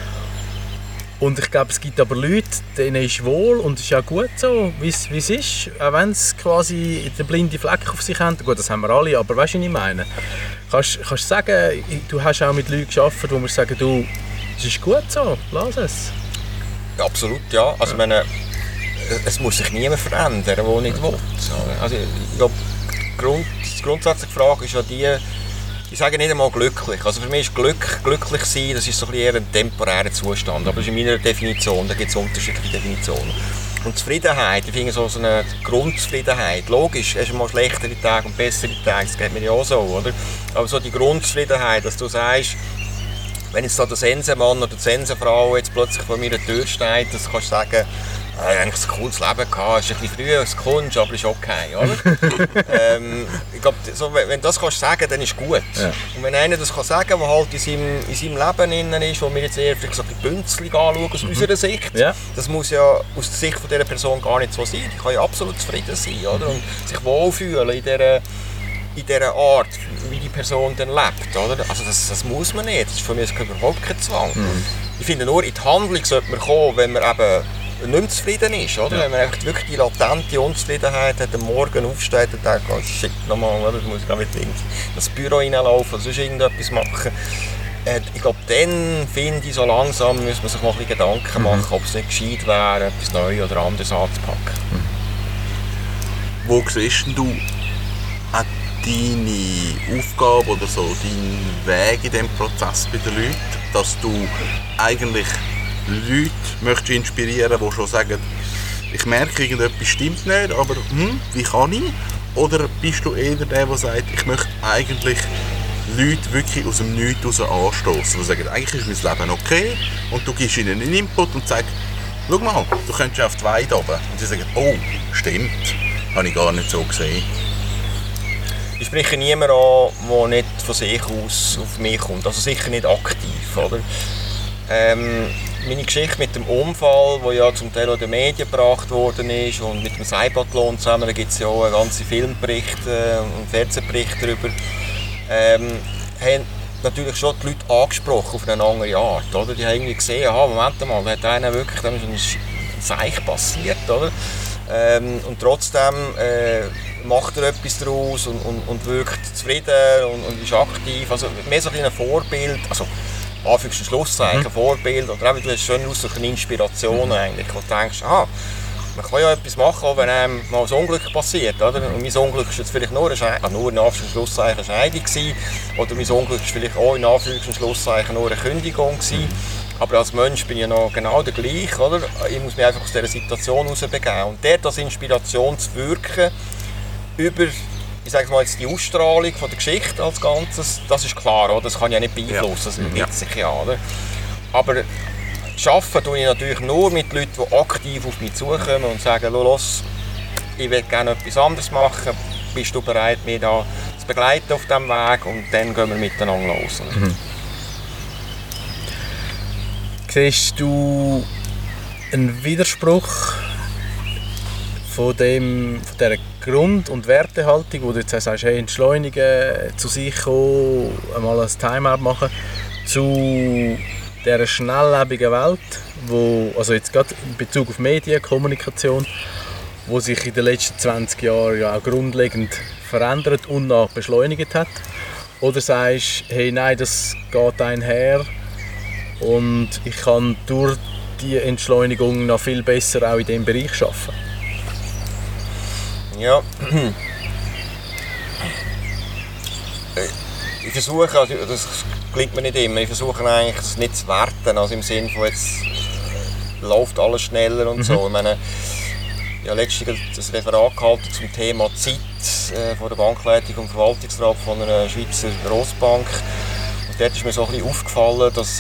Und ich glaube, es gibt aber Leute, denen ist wohl und es ist auch gut so, wie es ist. Auch wenn sie quasi den blinden Fleck auf sich haben. Gut, das haben wir alle, aber weißt du, was ich meine? Kannst du sagen, du hast auch mit Leuten gearbeitet, wo wir sagen, du, es ist gut so, lass es. Ja, absolut, ja. Also, ich meine, es muss sich niemand verändern, der nicht will. Also, ich glaube, die grundsätzliche Frage ist ja die, ich sage nicht einmal glücklich. Also für mich ist glücklich sein, das ist so ein bisschen eher ein temporärer Zustand. Aber das ist in meiner Definition, da gibt es unterschiedliche Definitionen. Und Zufriedenheit, ich finde so eine Grundzufriedenheit. Logisch, hast du mal schlechtere Tage und bessere Tage, das geht mir ja auch so, oder? Aber so die Grundzufriedenheit, dass du sagst, wenn jetzt da der Sensenmann oder die Sensenfrau jetzt plötzlich vor meiner Tür steht, dann kannst du sagen, ich habe eigentlich ein cooles Leben gehabt, es ist ein bisschen früh, als du kommst, aber ist okay, oder? Ich glaube, so, wenn du das kannst sagen, dann ist es gut. Ja. Und wenn einer das kann sagen kann, der halt in seinem Leben innen ist, wo wir jetzt eher vielleicht so ein bisschen bünzlig anschauen aus unserer Sicht, das muss ja aus der Sicht von dieser Person gar nicht so sein. Die kann ja absolut zufrieden sein, oder? Und sich wohlfühlen in dieser Art, wie die Person dann lebt, oder? Also das muss man nicht, das ist für mich überhaupt kein Zwang. Ich finde nur, in die Handlung sollte man kommen, wenn man eben nicht mehr zufrieden ist, oder? Ja. Wenn man wirklich die latente Unzufriedenheit hat, am Morgen aufsteht und denkt, oh shit, nochmal, oder? Muss ich mit ins Büro reinlaufen oder sonst irgendetwas machen. Ich glaube, dann finde ich, so langsam muss man sich mal ein bisschen Gedanken machen, ob es nicht gescheit wäre, etwas Neues oder anderes anzupacken. Wo siehst du deine Aufgabe oder so, deinen Weg in diesem Prozess bei den Leuten, dass du eigentlich Leute möchtest inspirieren, die schon sagen, ich merke, irgendetwas stimmt nicht, aber wie kann ich? Oder bist du eher der, der sagt, ich möchte eigentlich Leute wirklich aus dem Nichts heraus anstoßen, die sagen, eigentlich ist mein Leben okay und du gibst ihnen einen Input und sagst, schau mal, du könntest auf die Weide runter. Und sie sagen, oh, stimmt, habe ich gar nicht so gesehen. Ich spreche niemanden an, der nicht von sich aus auf mich kommt, also sicher nicht aktiv, oder? Meine Geschichte mit dem Unfall, der ja zum Teil auch in den Medien gebracht worden ist und mit dem Cybathlon zusammen, da gibt es ja auch ganze Filmberichte und Fernsehberichte darüber, haben natürlich schon die Leute angesprochen auf eine andere Art, oder? Die haben irgendwie gesehen, aha, Moment mal, da hat einer wirklich dann ein Zeichen passiert, oder? Und trotzdem macht er etwas daraus und wirkt zufrieden und ist aktiv, also mehr so ein Vorbild, also Anführungs- und Schlusszeichen, Vorbild, oder eben, du hast schön aussuchen, Inspiration eigentlich, wo du denkst, man kann ja etwas machen, auch wenn einem mal ein Unglück passiert, oder? Und mein Unglück war jetzt vielleicht nur in Anführungs- und Schlusszeichen eine Scheidung gewesen, oder mein Unglück war vielleicht auch in Anführungs- und Schlusszeichen nur eine Kündigung gewesen. Aber als Mensch bin ich ja noch genau der gleiche, oder? Ich muss mich einfach aus dieser Situation herausbegeben. Und dort als Inspiration zu wirken, über, ich sage mal jetzt die Ausstrahlung von der Geschichte als Ganzes, das ist klar, oder? Das kann ich ja nicht beeinflussen, das ergibt sich ja, oder? Aber arbeiten tue ich natürlich nur mit Leuten, die aktiv auf mich zukommen und sagen, los, ich will gerne etwas anderes machen, bist du bereit, mich da zu begleiten auf diesem Weg, und dann gehen wir miteinander los. Siehst du einen Widerspruch von dieser Grund- und Wertehaltung, wo du jetzt sagst, hey, entschleunigen, zu sich kommen, einmal ein Timeout machen, zu dieser schnelllebigen Welt, wo, also jetzt gerade in Bezug auf Medien, Kommunikation, wo sich in den letzten 20 Jahren ja auch grundlegend verändert und auch beschleunigt hat? Oder sagst du, hey, nein, das geht einher und ich kann durch die Entschleunigung noch viel besser auch in diesem Bereich arbeiten? Ja. Ich versuche, also das gelingt mir nicht immer, ich versuche eigentlich es nicht zu werten, also im Sinne von jetzt läuft alles schneller und so. Ich meine, ich habe letztens ein Referat gehalten zum Thema Zeit von der Bankleitung und Verwaltungsrat von einer Schweizer Grossbank. Und dort ist mir so ein bisschen aufgefallen, dass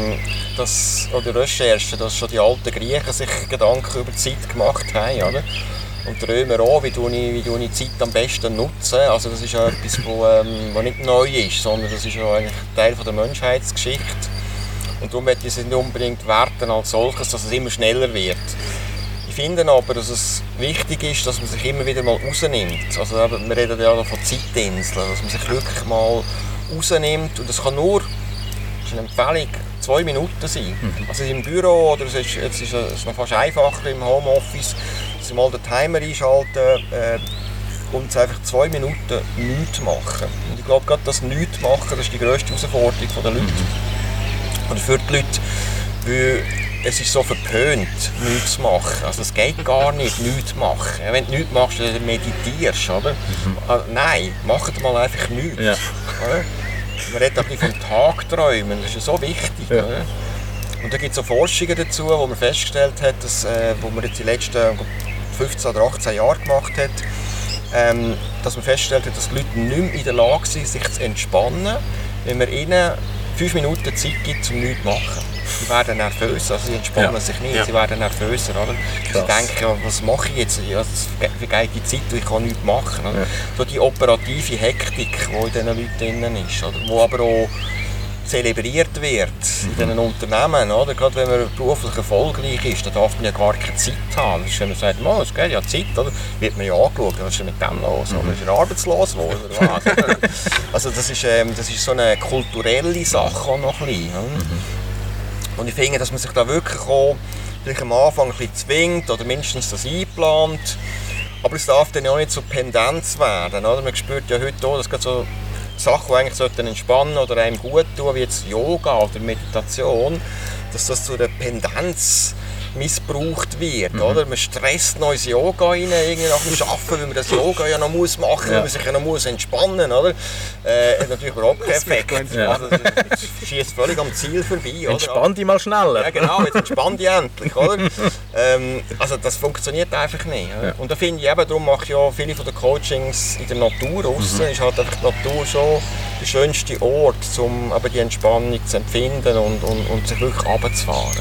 an der Recherche, dass schon die alten Griechen sich Gedanken über die Zeit gemacht haben. Oder? Und die Römer auch, wie ich Zeit am besten nutze. Also das ist ja etwas, was nicht neu ist, sondern das ist ja eigentlich Teil der Menschheitsgeschichte. Und darum möchte ich es nicht unbedingt werten als solches, dass es immer schneller wird. Ich finde aber, dass es wichtig ist, dass man sich immer wieder mal rausnimmt. Also wir reden ja von Zeitinseln, dass man sich wirklich mal rausnimmt. Und das kann nur, das ist eine Empfehlung, 2 Minuten sein. Also im Büro oder jetzt ist es noch fast einfacher im Homeoffice, dass ich mal den Timer einschalten und einfach 2 Minuten nichts machen. Und ich glaube, gerade das Nichts machen, das ist die grösste Herausforderung der Leute. Oder für die Leute, weil es ist so verpönt, nichts zu machen. Also es geht gar nicht, nichts zu machen. Wenn du nichts machst, dann meditierst, oder? Nein, mach mal einfach nichts. Ja. Man redet auch nicht vom Tagträumen, das ist ja so wichtig. Ja. Und da gibt es auch Forschungen dazu, wo man festgestellt hat, dass, wo man jetzt die letzten 15 oder 18 Jahre gemacht hat, dass man festgestellt hat, dass die Leute nicht mehr in der Lage sind, sich zu entspannen, wenn man ihnen 5 Minuten Zeit gibt, um nichts zu machen. Sie werden nervös, also sie entspannen sich nicht, sie werden nervöser. Oder? Sie denken, ja, was mache ich jetzt? Ja, wie geht die Zeit, ich kann nichts machen. Oder? So die operative Hektik, die in diesen Leuten drin ist, oder? Die aber auch zelebriert wird in diesen Unternehmen. Oder? Gerade wenn man beruflich erfolgreich ist, dann darf man ja gar keine Zeit haben. Das ist, wenn man sagt, es geht ja Zeit, oder? Wird man ja angeschaut, was ist denn mit dem los? Oder ist er arbeitslos geworden? Oder was? Also das ist so eine kulturelle Sache auch noch ein bisschen. Und ich finde, dass man sich da wirklich auch vielleicht am Anfang ein bisschen zwingt oder mindestens das einplant. Aber es darf dann auch nicht so Pendenz werden. Oder? Man spürt ja heute auch, dass gerade so Sachen, die eigentlich entspannen oder einem gut tun, wie jetzt Yoga oder Meditation, dass das zu einer Pendenz missbraucht wird. Oder? Man stresst noch ins Yoga rein, irgendwie nach dem Arbeiten, weil man das Yoga ja noch machen muss, weil man sich ja noch entspannen muss. Hat natürlich überhaupt keinen Effekt. Ja. Also, das schießt völlig am Ziel vorbei. Entspann dich mal schneller. Ja genau, jetzt entspann dich endlich. Oder? Also das funktioniert einfach nicht. Ja. Und da finde ich eben, darum mache ich ja viele von den Coachings in der Natur raus. Ist halt einfach die Natur schon der schönste Ort, um eben die Entspannung zu empfinden und sich wirklich runterzufahren.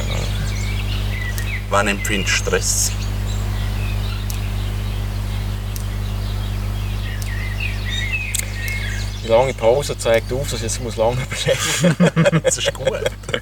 Wann empfindest du Stress? Die lange Pause zeigt auf, dass ich jetzt lange überlegen muss. Das ist gut.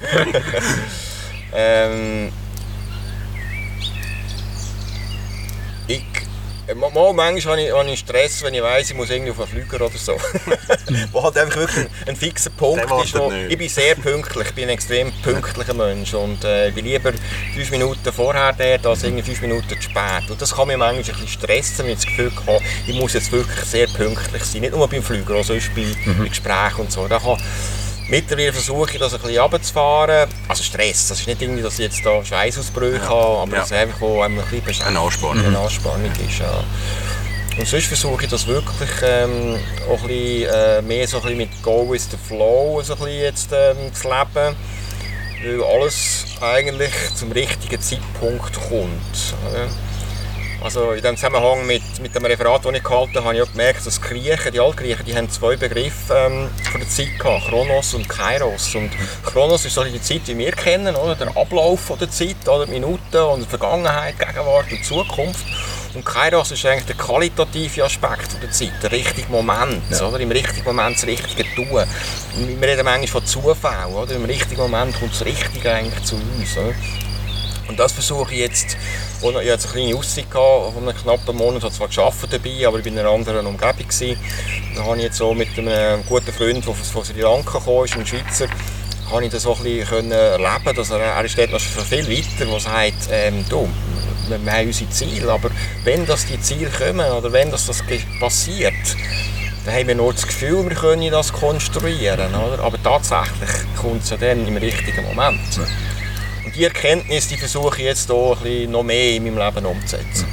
Manchmal habe ich Stress, wenn ich weiss, ich muss irgendwie auf einen Flüger oder so. Wo halt einfach wirklich ein fixer Punkt ist. Ich bin sehr pünktlich, ich bin ein extrem pünktlicher Mensch. Und ich bin lieber 5 Minuten vorher dort, als irgendwie 5 Minuten zu spät. Und das kann mich manchmal ein bisschen stressen, wenn ich das Gefühl habe, ich muss jetzt wirklich sehr pünktlich sein. Nicht nur beim Flüger, auch sonst bei Gesprächen und so. Mittlerweile versuche ich, das ein bisschen runterzufahren. Also Stress, das ist nicht irgendwie, dass ich jetzt da Schweißausbrüche habe, aber dass es einfach auch ein bisschen eine Anspannung ist. Ja. Und sonst versuche ich das wirklich auch ein bisschen, mehr so ein bisschen mit Go with the Flow so ein bisschen jetzt, zu leben. Weil alles eigentlich zum richtigen Zeitpunkt kommt. Also in dem Zusammenhang mit dem Referat, das ich gehalten habe, habe ich auch gemerkt, dass die Altgriechen, die haben 2 Begriffe von der Zeit gehabt, Chronos und Kairos. Und Chronos ist so die Zeit, die wir kennen, oder? Der Ablauf von der Zeit, oder? Minuten und Vergangenheit, Gegenwart und Zukunft. Und Kairos ist eigentlich der qualitative Aspekt von der Zeit, der richtige Moment, oder? Im richtigen Moment das Richtige tun. Wir reden manchmal von Zufall, oder? Im richtigen Moment kommt das Richtige eigentlich zu uns. Oder? Und das versuche ich jetzt, ich hatte eine kleine Auszeit von einem knappen Monat, ich habe zwar gearbeitet dabei, aber ich war in einer anderen Umgebung. Da habe ich jetzt so mit einem guten Freund, der von Sri Lanka kam, ein Schweizer, habe ich das so ein bisschen erleben, dass er ist dort noch viel weiter, der sagt, wir haben unsere Ziele, aber wenn die Ziele kommen oder wenn das passiert, dann haben wir nur das Gefühl, wir können das konstruieren, oder? Aber tatsächlich kommt es ja dann im richtigen Moment. Und die Erkenntnis, die versuche ich jetzt hier ein bisschen noch mehr in meinem Leben umzusetzen.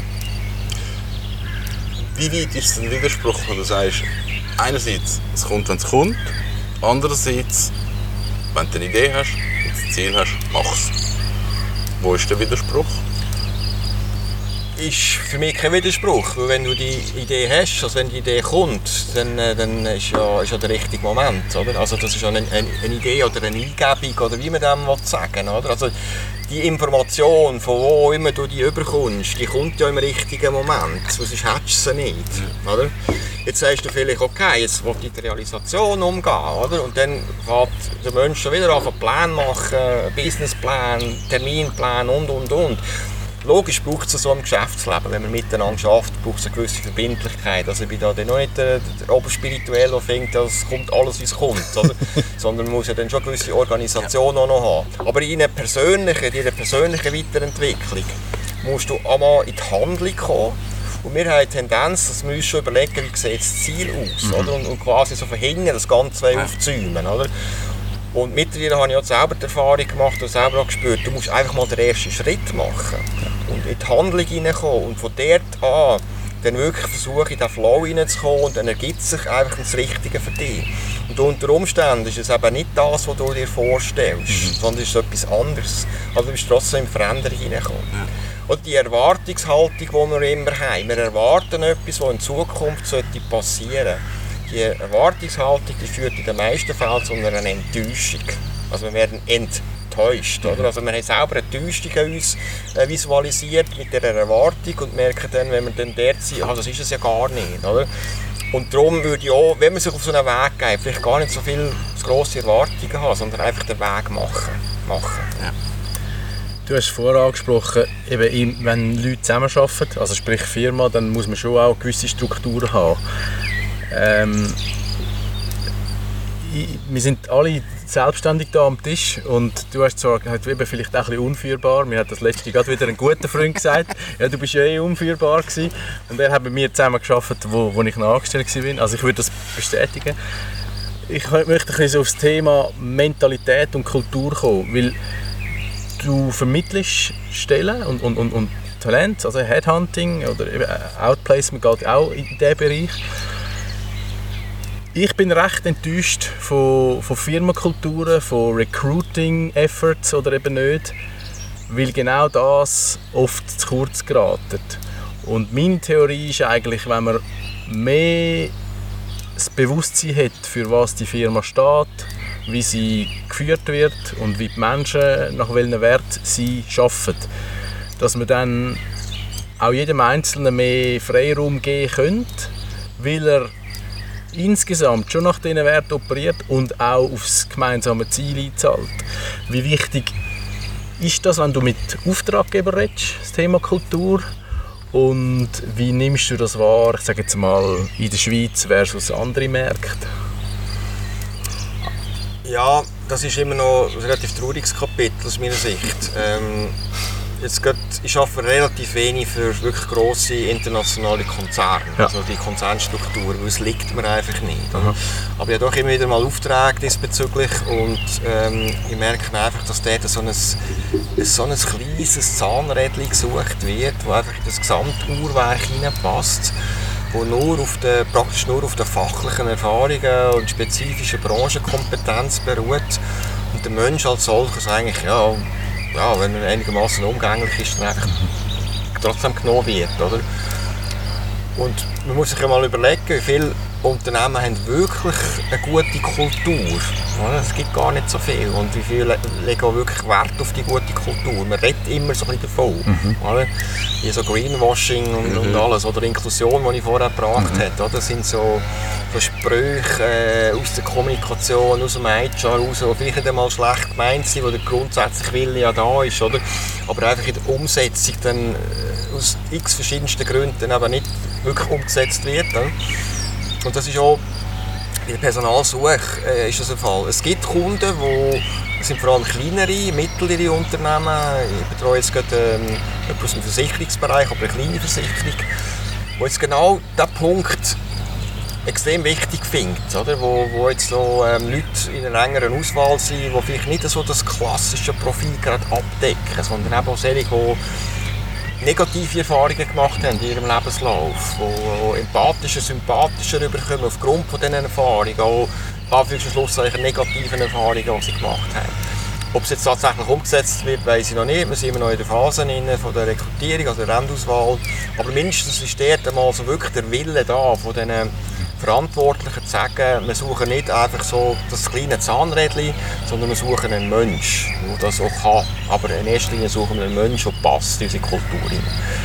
Wie weit ist es ein Widerspruch, wenn du sagst, einerseits, es kommt, wenn es kommt, andererseits, wenn du eine Idee hast und ein Ziel hast, mach es. Wo ist der Widerspruch? Ist für mich kein Widerspruch, weil wenn du die Idee hast, also wenn die Idee kommt, dann ist ja der richtige Moment, oder? Also das ist ja eine Idee oder eine Eingebung oder wie man dem sagen will, oder? Also die Information, von wo immer du die überkommst, die kommt ja im richtigen Moment, sonst hättest du sie nicht, oder? Jetzt sagst du vielleicht, okay, jetzt will ich die Realisation umgehen, oder? Und dann fängt der Mensch schon wieder an, Pläne machen, Businessplan, Terminplan und. Logisch braucht es so im Geschäftsleben, wenn man miteinander arbeitet, braucht es eine gewisse Verbindlichkeit. Also ich bin da noch nicht der Oberspirituelle, der findet, es kommt alles, wie es kommt, oder? Sondern man muss ja dann schon eine gewisse Organisation auch noch haben. Aber in einer persönlichen Weiterentwicklung musst du einmal in die Handlung kommen. Und wir haben die Tendenz, dass wir uns schon überlegen, wie sieht das Ziel aus, oder? Und quasi so von hinten das Ganze aufzäumen, oder? Und mittlerweile habe ich auch selber die Erfahrung gemacht und selber auch gespürt, du musst einfach mal den ersten Schritt machen und in die Handlung hineinkommen und von dort an dann wirklich versuchen, in den Flow hineinzukommen und dann ergibt sich einfach das Richtige für dich. Und unter Umständen ist es eben nicht das, was du dir vorstellst, sondern es ist etwas anderes. Also du bist trotzdem in Veränderung hineingekommen. Und die Erwartungshaltung, die wir immer haben, wir erwarten etwas, was in Zukunft passieren sollte. Die Erwartungshaltung, die führt in den meisten Fällen zu einer Enttäuschung. Also wir werden enttäuscht. Oder? Also wir haben selber eine Enttäuschung an uns visualisiert mit dieser Erwartung und merken dann, wenn wir dann dort sind, das ist es ja gar nicht. Oder? Und darum würde ich auch, wenn man sich auf so einen Weg geht, vielleicht gar nicht so viel grosse Erwartungen haben, sondern einfach den Weg machen. Ja. Du hast vorher angesprochen, eben, wenn Leute zusammenarbeiten, also sprich Firma, dann muss man schon auch gewisse Strukturen haben. Wir sind alle selbstständig da am Tisch und du hast zwar eben vielleicht auch ein bisschen unführbar, mir hat das letzte gerade wieder ein guter Freund gesagt, ja, du bist ja eh unführbar gewesen. Und er hat mit mir zusammen gearbeitet, wo ich noch angestellt war, also ich würde das bestätigen. Ich möchte ein bisschen aufs Thema Mentalität und Kultur kommen, weil du vermittelst Stellen und Talent, also Headhunting oder Outplacement geht auch in diesen Bereich. Ich bin recht enttäuscht von Firmenkulturen, von Recruiting-Efforts oder eben nicht, weil genau das oft zu kurz geraten. Und meine Theorie ist eigentlich, wenn man mehr das Bewusstsein hat, für was die Firma steht, wie sie geführt wird und wie die Menschen nach welchen Werten sie arbeiten, dass man dann auch jedem Einzelnen mehr Freiraum geben könnte, weil er insgesamt schon nach diesen Werten operiert und auch aufs gemeinsame Ziel einzahlt. Wie wichtig ist das, wenn du mit Auftraggebern redest, das Thema Kultur? Und wie nimmst du das wahr, ich sage jetzt mal, in der Schweiz versus andere Märkte? Ja, das ist immer noch ein relativ trauriges Kapitel aus meiner Sicht. Ich arbeite relativ wenig für wirklich grosse internationale Konzerne, also die Konzernstruktur, weil es liegt mir einfach nicht. Aber ich habe doch immer wieder mal Aufträge diesbezüglich und ich merke einfach, dass dort so ein kleines Zahnrädchen gesucht wird, das einfach in das Gesamtuhrwerk hineinpasst, wo praktisch nur auf den fachlichen Erfahrungen und spezifischen Branchenkompetenz beruht und der Mensch als solches eigentlich, wenn er einigermaßen umgänglich ist, dann einfach trotzdem genommen wird, oder? Und man muss sich ja mal überlegen, wie viele Unternehmen haben wirklich eine gute Kultur. Es gibt gar nicht so viel. Und wie viele legen auch wirklich Wert auf die gute Kultur. Man redet immer so ein bisschen davon. Wie so Greenwashing und alles. Oder Inklusion, die ich vorher gebracht habe. Das sind so Sprüche aus der Kommunikation, aus dem HR raus, die vielleicht nicht einmal schlecht gemeint sind, wo der grundsätzliche Wille ja da ist. Oder? Aber einfach in der Umsetzung dann aus x verschiedensten Gründen eben nicht wirklich umgesetzt wird. Und das ist auch bei der Personalsuche ist das ein Fall. Es gibt Kunden, das sind vor allem kleinere, mittlere Unternehmen. Ich betreue jetzt gerade jemanden aus dem Versicherungsbereich, aber eine kleine Versicherung, wo jetzt genau diesen Punkt extrem wichtig findet, oder? Wo jetzt so Leute in einer engeren Auswahl sind, die vielleicht nicht so das klassische Profil gerade abdecken, sondern eben auch solche, die negative Erfahrungen gemacht haben in ihrem Lebenslauf, die empathischer, sympathischer rüberkommen aufgrund von diesen Erfahrungen, auch Anführungszeichen negativen Erfahrungen, die sie gemacht haben. Ob es jetzt tatsächlich umgesetzt wird, weiss ich noch nicht. Wir sind immer noch in der Phase von der Rekrutierung, also der Endauswahl. Aber mindestens ist dort einmal so wirklich der Wille da, von diesen Verantwortlichen zu sagen, wir suchen nicht einfach so das kleine Zahnrädchen, sondern wir suchen einen Menschen, der das auch kann. Aber in erster Linie suchen wir einen Menschen, der passt in unsere Kultur rein.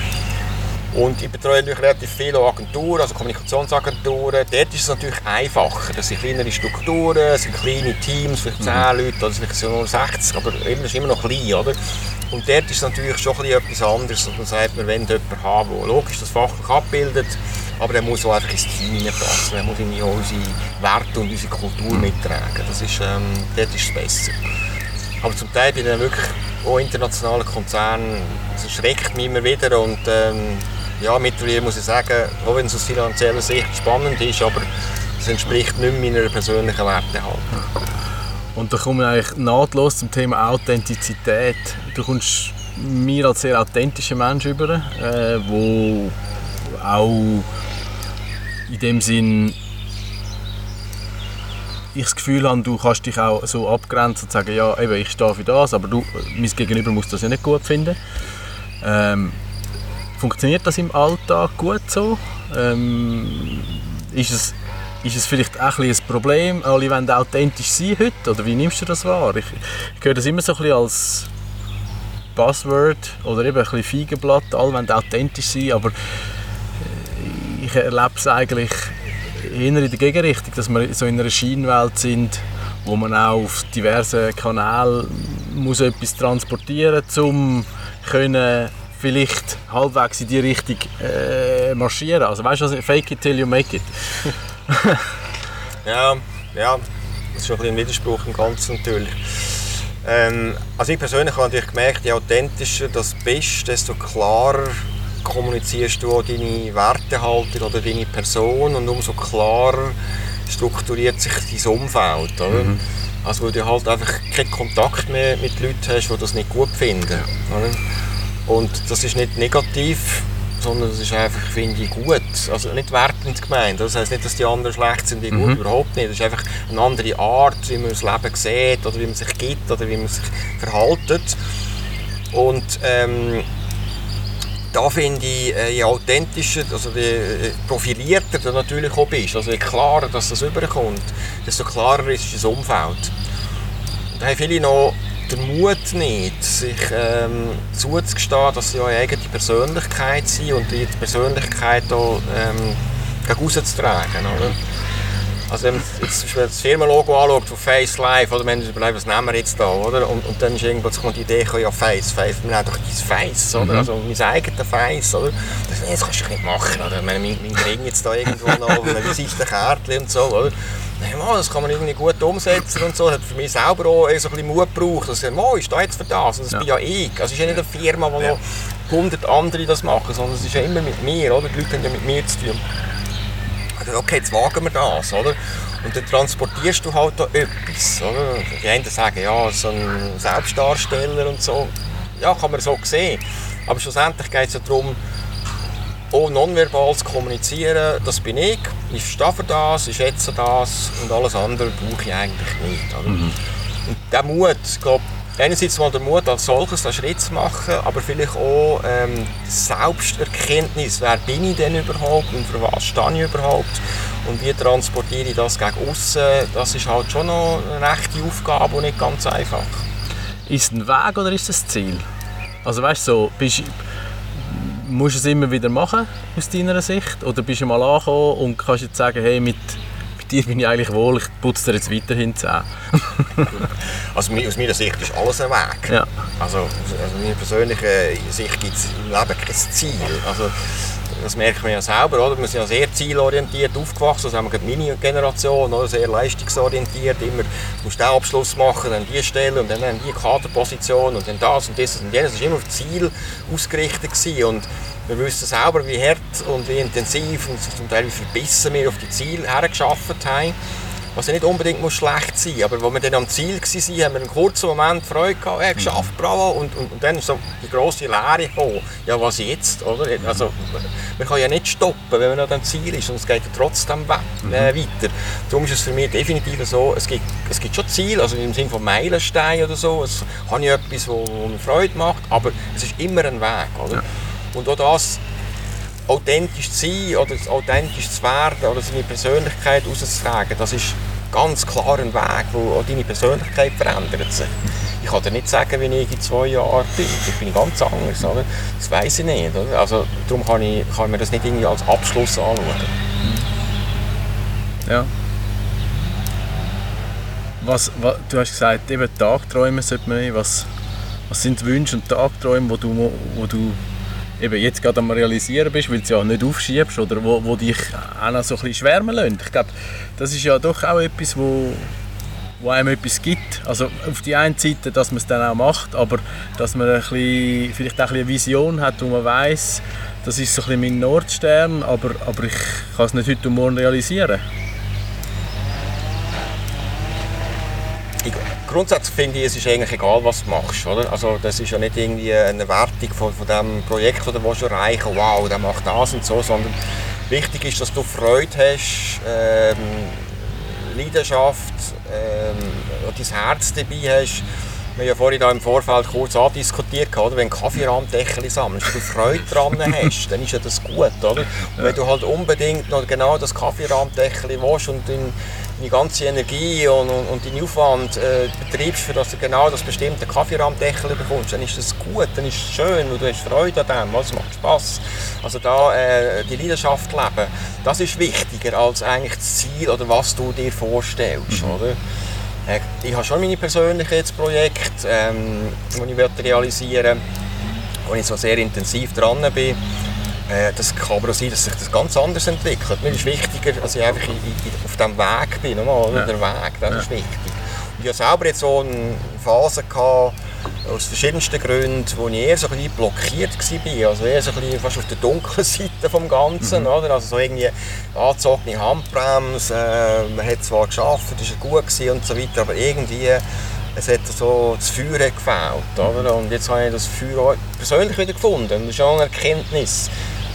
Und ich betreue natürlich relativ viele Agenturen, also Kommunikationsagenturen. Dort ist es natürlich einfacher. Das sind kleinere Strukturen, es sind kleine Teams, vielleicht 10 Leute, oder vielleicht nur 60, aber das ist immer noch klein, oder? Und dort ist es natürlich schon etwas anderes. Man sagt, wir wollen jemanden haben, der logisch das fachlich abbildet, aber er muss auch einfach ins Team hineinpassen. Er muss auch unsere Werte und unsere Kultur mittragen. Das ist, dort ist es besser. Aber zum Teil bei den wirklich auch internationalen Konzernen, das schreckt mich immer wieder. Und ja, mittlerweile muss ich sagen, auch wenn es aus finanzieller Sicht spannend ist, aber es entspricht nicht meiner persönlichen Wertehaltung. Und da kommen wir eigentlich nahtlos zum Thema Authentizität. Du kommst mir als sehr authentischer Mensch über, wo auch in dem Sinn ich das Gefühl habe, du kannst dich auch so abgrenzen und sagen, ja, eben, ich stehe für das, aber mein Gegenüber muss das ja nicht gut finden. Funktioniert das im Alltag gut so? Ist es vielleicht auch ein Problem, alle wollen authentisch sein heute? Oder wie nimmst du das wahr? Ich höre das immer so ein bisschen als Buzzword oder eben ein bisschen Feigenblatt, alle wollen authentisch sein, aber ich erlebe es eigentlich eher in der Gegenrichtung, dass wir so in einer Schienenwelt sind, wo man auch auf diversen Kanälen muss etwas transportieren muss, um vielleicht halbwegs in die Richtung marschieren. Also weißt du, fake it till you make it. ja, das ist schon ein bisschen ein Widerspruch im Ganzen natürlich. Also ich persönlich habe natürlich gemerkt, je authentischer du bist, desto klarer kommunizierst du auch deine Wertehaltung oder deine Person und umso klarer strukturiert sich dein Umfeld. Oder? Also weil du halt einfach keinen Kontakt mehr mit Leuten hast, die das nicht gut finden. Oder? Und das ist nicht negativ, sondern das ist einfach, finde ich, gut. Also nicht wertend gemeint. Das heisst nicht, dass die anderen schlecht sind, die gut, überhaupt nicht. Das ist einfach eine andere Art, wie man das Leben sieht oder wie man sich gibt oder wie man sich verhält. Und da finde ich, je authentischer, also je profilierter du natürlich auch bist, also je klarer dass das rüberkommt, desto klarer ist das Umfeld. Und da haben viele noch den Mut nicht, sich zuzugestehen, dass sie eine eigene Persönlichkeit sind und die Persönlichkeit auch gegen rauszutragen. Oder? Also wenn man jetzt das Firmenlogo anschaut von Face Live, oder man überlegt, was nehmen wir jetzt da, oder? Und dann ist irgendwann die Idee, ja Face, wir nehmen doch dein Face, oder? Also mein eigenes Face, oder? Das kannst du nicht machen, oder? Mein Ring jetzt da irgendwo noch, ein Visitenkärtchen und so, oder? Ja, das kann man irgendwie gut umsetzen und so. Das hat für mich selber auch so ein bisschen Mut gebraucht, dass ich sage, ich stehe jetzt für das, und das bin ja ich. Also es ist ja nicht eine Firma, wo noch 100 andere das machen, sondern es ist ja immer mit mir, oder? Die Leute haben ja mit mir zu tun. Okay, jetzt wagen wir das, oder? Und dann transportierst du halt da etwas, oder? Die einen sagen, ja, so ein Selbstdarsteller und so. Ja, kann man so sehen. Aber schlussendlich geht es ja darum, auch nonverbal zu kommunizieren, das bin ich stehe für das, ich schätze das und alles andere brauche ich eigentlich nicht, oder? Und der Mut, ich glaube, einerseits mal der Mut als solches, den Schritt zu machen, aber vielleicht auch die Selbsterkenntnis, wer bin ich denn überhaupt und für was stehe ich überhaupt und wie transportiere ich das gegen aussen, das ist halt schon noch eine rechte Aufgabe und nicht ganz einfach. Ist es ein Weg oder ist es ein Ziel? Also weißt du, musst du es immer wieder machen, aus deiner Sicht? Oder bist du mal angekommen und kannst jetzt sagen, hey, mit dir bin ich eigentlich wohl, ich putze dir jetzt weiterhin die Zähne? Also aus meiner Sicht ist alles ein Weg. Ja. Also aus meiner persönlichen Sicht gibt es im Leben kein Ziel. Also, das merkt man ja selber, oder? Wir sind ja sehr zielorientiert aufgewachsen, also haben wir meine Generation, oder? Sehr leistungsorientiert, immer du musst den Abschluss machen, dann die Stelle und dann die Kaderposition und dann das und das und jenes. Das war immer auf Ziel ausgerichtet gewesen. Und wir wissen selber, wie hart und wie intensiv und zum Teil wie verbissen wir auf die Ziele hergearbeitet haben. Was ja nicht unbedingt muss schlecht sein, aber als wir dann am Ziel waren, haben wir einen kurzen Moment Freude gehabt, hey, geschafft, bravo, und dann ist so die grosse Leere gekommen. Ja, was jetzt, oder? Also, man kann ja nicht stoppen, wenn man an dem Ziel ist, und es geht ja trotzdem weiter. Darum ist es für mich definitiv so, es gibt schon Ziele, also im Sinne von Meilensteinen oder so, es habe ich etwas, was mir Freude macht, aber es ist immer ein Weg, oder? Ja. Und auch das, authentisch zu sein oder authentisch zu werden oder seine Persönlichkeit rauszutragen, das ist ganz klar ein Weg, wo auch deine Persönlichkeit verändert sich. Ich kann dir nicht sagen, wie ich in 2 Jahren bin. Ich bin ganz anders, oder? Das weiss ich nicht. Oder? Also, darum kann ich mir das nicht irgendwie als Abschluss anschauen. Ja. Du hast gesagt, eben Tagträume sollte man nicht. Was sind die Wünsche und Tagträume, wo du eben jetzt gerade am Realisieren bist, weil du es ja nicht aufschiebst oder wo dich auch noch so ein bisschen schwärmen lässt. Ich glaube, das ist ja doch auch etwas, wo einem etwas gibt. Also auf die eine Seite, dass man es dann auch macht, aber dass man vielleicht auch eine Vision hat, wo man weiss, das ist so ein bisschen mein Nordstern, aber ich kann es nicht heute und morgen realisieren. Grundsätzlich finde ich, es ist eigentlich egal, was du machst. Oder? Also, das ist ja nicht irgendwie eine Wertung von dem Projekt, das du erreichen willst, wow, der macht das und so, sondern wichtig ist, dass du Freude hast, Leidenschaft, dein Herz dabei hast. Wir haben ja vorhin im Vorfeld kurz andiskutiert, oder? Wenn du Kaffeerahmdeckel sammelst, du Freude daran hast, dann ist ja das gut. Oder? Und wenn du halt unbedingt noch genau das Kaffeerahmdeckel willst und deine ganze Energie und deinen Aufwand betreibst, für dass du genau das bestimmte Kaffeerahmdeckel bekommst, dann ist das gut, dann ist es schön, weil du hast Freude an dem, es macht Spass. Also da die Leidenschaft leben, das ist wichtiger als eigentlich das Ziel oder was du dir vorstellst. Oder? Ich habe schon meine persönlichen Projekte, die ich realisieren möchte, wo ich so sehr intensiv dran bin. Das kann aber auch sein, dass sich das ganz anders entwickelt. Mir ist wichtiger, dass ich einfach auf diesem Weg bin. Oder? Der Weg, das ist wichtig. Und ich hatte selber jetzt so eine Phase gehabt, aus verschiedensten Gründen, wo ich eher so ein bisschen blockiert war. Also eher so ein bisschen fast auf der dunklen Seite des Ganzen. Oder? Also so irgendwie angezogene Handbremse, man hat zwar geschafft, das war gut und so weiter, aber irgendwie es hat so das Feuer gefehlt. Oder? Und jetzt habe ich das Feuer auch persönlich wieder gefunden. Das ist auch eine Erkenntnis.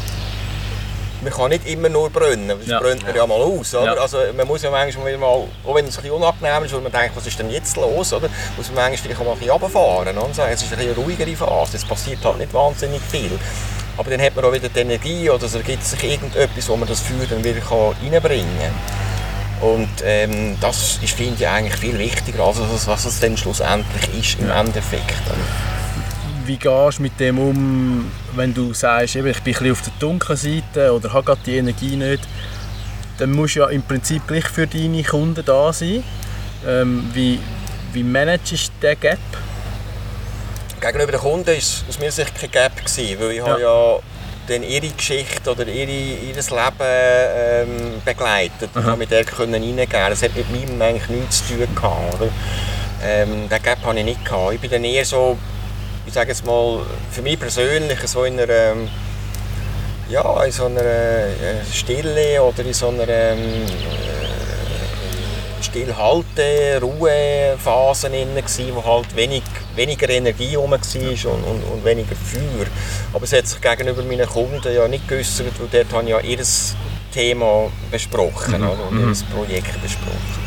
Man kann nicht immer nur brennen, das brennt man ja mal aus. Oder? Ja. Also man muss ja manchmal mal, auch wenn es ein bisschen unangenehm ist, weil man denkt, was ist denn jetzt los, oder? Muss man manchmal vielleicht auch mal ein bisschen runterfahren und sagen, es ist eine ruhigere Phase, es passiert halt nicht wahnsinnig viel. Aber dann hat man auch wieder die Energie oder es ergibt sich irgendetwas, wo man das Feuer dann wieder reinbringen kann. Und das ist, finde ich, eigentlich viel wichtiger, als was es dann schlussendlich ist im Endeffekt. Wie gehst du mit dem um, wenn du sagst, ich bin ein bisschen auf der dunklen Seite oder habe gerade die Energie nicht? Dann musst du ja im Prinzip gleich für deine Kunden da sein. Wie managst du diesen Gap? Gegenüber den Kunden war es aus meiner Sicht kein Gap, weil ich habe ja dann ihre Geschichte oder ihr Leben begleitet und mit der reingehen. Das hat mit meinem eigentlich nichts zu tun gehabt, oder? Den Gap hatte ich nicht gehabt. Ich bin dann eher so, ich sage jetzt mal, für mich persönlich so in einer Stille oder in so einer Stillhalte-, Ruhephase wo halt weniger Energie rum war und weniger Feuer. Aber es hat sich gegenüber meinen Kunden ja nicht geäussert, weil dort habe ich ja ihr Thema besprochen und ihr Projekt besprochen.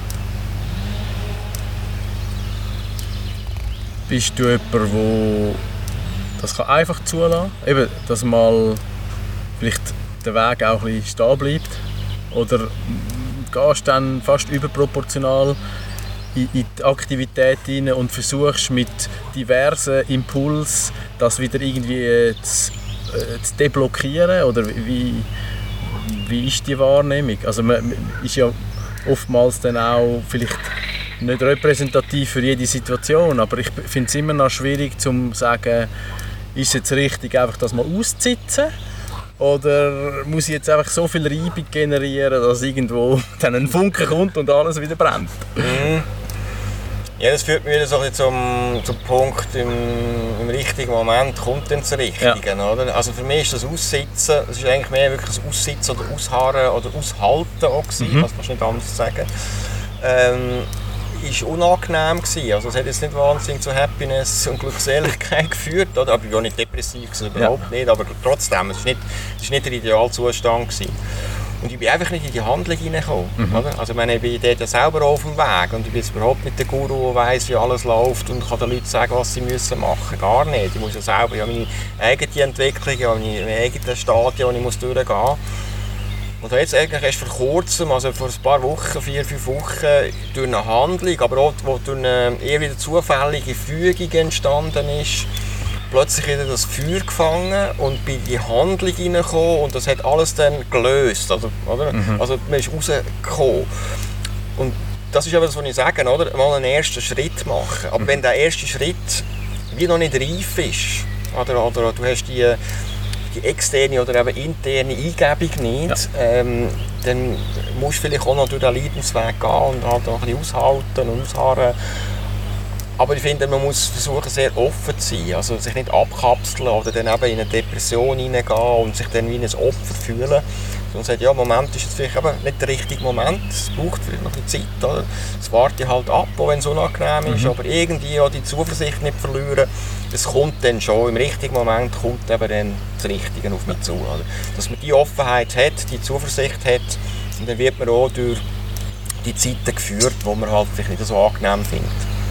Bist du jemand, der das einfach zulassen kann? Eben, dass mal vielleicht der Weg auch ein bisschen stehen bleibt? Oder gehst dann fast überproportional in die Aktivität hinein und versuchst mit diversen Impulsen das wieder irgendwie zu deblockieren? Oder wie ist die Wahrnehmung? Also man ist ja oftmals dann auch vielleicht nicht repräsentativ für jede Situation, aber ich finde es immer noch schwierig zu sagen, ist es jetzt richtig, einfach das mal auszusitzen? Oder muss ich jetzt einfach so viel Reibung generieren, dass irgendwo dann ein Funke kommt und alles wieder brennt? Ja, das führt mich wieder so ein bisschen zum Punkt, im richtigen Moment kommt dann das Richtige. Ja. Oder? Also für mich ist das Aussitzen, das ist eigentlich mehr wirklich ein Aussitzen oder Ausharren oder Aushalten auch gewesen, das kannst du nicht anders sagen. Ist unangenehm gewesen. Also es hat jetzt nicht wahnsinnig zu Happiness und Glückseligkeit geführt, oder? Aber ich war nicht depressiv, überhaupt nicht, aber trotzdem, es war nicht der Idealzustand gewesen. Und ich bin einfach nicht in die Handlung hineingekommen. Also ich bin dort selber auf dem Weg und ich bin jetzt überhaupt nicht der Guru, der weiss, wie alles läuft und kann den Leuten sagen, was sie machen müssen. Gar nicht. Ich muss ja selber, ich habe meine eigene Entwicklung, ich habe meine eigenen Stadien, die ich durchgehen muss. Und jetzt eigentlich erst vor kurzem, also vor ein paar Wochen, 4-5 Wochen, durch eine Handlung, aber auch durch eine eher wieder zufällige Fügung entstanden ist, plötzlich wieder das Feuer gefangen und bin in die Handlung hineingekommen und das hat alles dann gelöst. Also, oder? Also man ist rausgekommen. Und das ist eben das, was ich sage, oder? Mal einen ersten Schritt machen. Aber wenn der erste Schritt wie noch nicht reif ist, oder du hast die externe oder eben interne Eingebung nicht, dann musst du vielleicht auch noch durch den Leidensweg gehen und halt noch ein bisschen aushalten und ausharren. Aber ich finde, man muss versuchen, sehr offen zu sein, also sich nicht abkapseln oder dann eben in eine Depression hineingehen und sich dann wie ein Opfer fühlen. Und sagt, ja, im Moment ist es vielleicht eben nicht der richtige Moment, es braucht vielleicht noch ein bisschen Zeit, oder? Es warte halt ab, auch wenn es unangenehm ist, aber irgendwie auch die Zuversicht nicht verlieren. Es kommt dann schon, im richtigen Moment kommt eben dann das Richtige auf mich zu. Oder? Dass man die Offenheit hat, die Zuversicht hat, und dann wird man auch durch die Zeiten geführt, wo man halt vielleicht nicht so angenehm findet.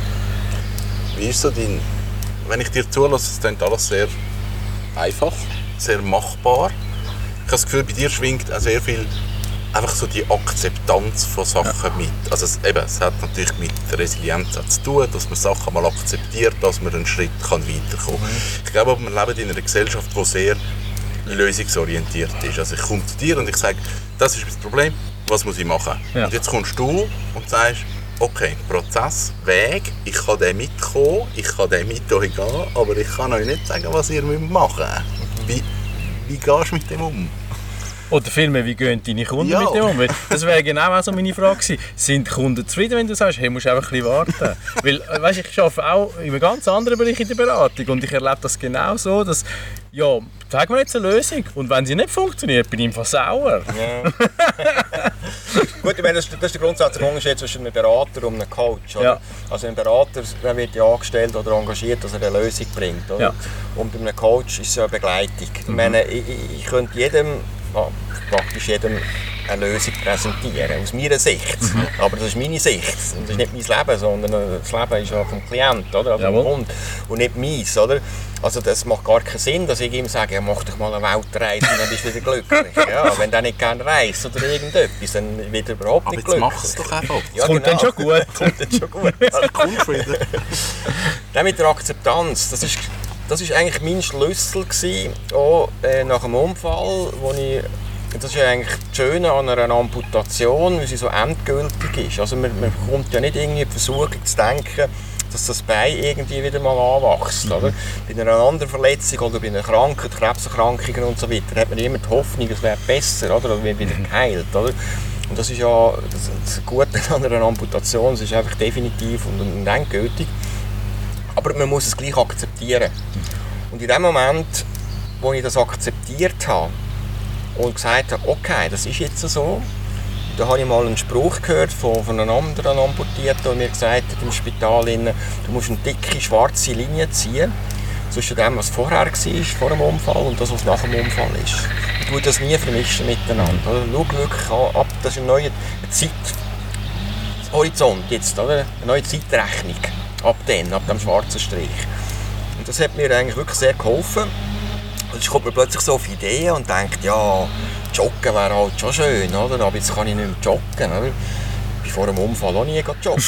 Wie ist so wenn ich dir zulasse, es klingt alles sehr einfach, sehr machbar. Ich habe das Gefühl, bei dir schwingt auch sehr viel einfach so die Akzeptanz von Sachen mit. Also es hat natürlich mit Resilienz zu tun, dass man Sachen mal akzeptiert, dass man einen Schritt weiterkommen kann. Ich glaube aber, wir leben in einer Gesellschaft, die sehr lösungsorientiert ist. Also ich komme zu dir und ich sage, das ist das Problem, was muss ich machen? Ja. Und jetzt kommst du und sagst, okay, Prozess, Weg, ich kann den mitkommen, ich kann den mit euch gehen, aber ich kann euch nicht sagen, was ihr machen müsst. Wie gehst du mit dem um? Oder vielmehr, wie gehen deine Kunden mit dem um? Das wäre genau auch so meine Frage gewesen. Sind die Kunden zufrieden, wenn du sagst, hey, musst du einfach ein bisschen warten? Weil, weißt, ich arbeite auch in einem ganz anderen Bereich in der Beratung und ich erlebe das genau so, dass, ja, sag mir jetzt eine Lösung und wenn sie nicht funktioniert, bin ich einfach sauer. Ja. Gut, ich meine, das ist der grundsätzliche Unterschied zwischen einem Berater und einem Coach. Oder? Ja. Also ein Berater, der wird ja angestellt oder engagiert, dass er eine Lösung bringt. Oder? Ja. Und bei einem Coach ist es ja eine Begleitung. Ich meine, ich könnte praktisch jedem eine Lösung präsentieren, aus meiner Sicht. Aber das ist meine Sicht. Das ist nicht mein Leben, sondern das Leben ist ja vom Klient, oder? Also vom Kunden. Und nicht meins, oder? Also das macht gar keinen Sinn, dass ich ihm sage, ja, mach doch mal eine Weltreise und dann bist du wieder glücklich. Ja, wenn der nicht gerne reist oder irgendetwas, dann wird er überhaupt nicht glücklich. Aber jetzt mach es doch einfach. Ja, das kommt dann schon gut. Kommt dann schon gut. Kommt wieder. Dann mit der Akzeptanz, das ist eigentlich mein Schlüssel gewesen, auch nach dem Unfall, wo ich. Das ist ja eigentlich das Schöne an einer Amputation, weil sie so endgültig ist. Also man kommt ja nicht irgendwie in die Versuchung zu denken, dass das Bein irgendwie wieder mal anwächst. Oder? Bei einer anderen Verletzung oder bei einer Krankheit, Krebserkrankungen und so weiter, hat man immer die Hoffnung, es wäre besser oder wird wieder geheilt. Oder? Und das ist ja das Gute an einer Amputation, es ist einfach definitiv und endgültig. Aber man muss es gleich akzeptieren. Und in dem Moment, wo ich das akzeptiert habe, und gesagt habe, okay, das ist jetzt so. Da habe ich mal einen Spruch gehört von einem anderen Amputierten, der mir gesagt hat im Spital, du musst eine dicke schwarze Linie ziehen zwischen dem, was vorher war, vor dem Unfall, und das, was nach dem Unfall ist. Du musst das nie vermischen miteinander. Schau wirklich ab, das ist ein neuer Zeithorizont jetzt, oder? Eine neue Zeitrechnung ab dem schwarzen Strich. Und das hat mir eigentlich wirklich sehr geholfen. Und dann kommt man plötzlich so auf Ideen und denkt, ja, joggen wäre halt schon schön, oder? Aber jetzt kann ich nicht mehr joggen, oder? Ich bin vor einem Unfall auch nie joggen.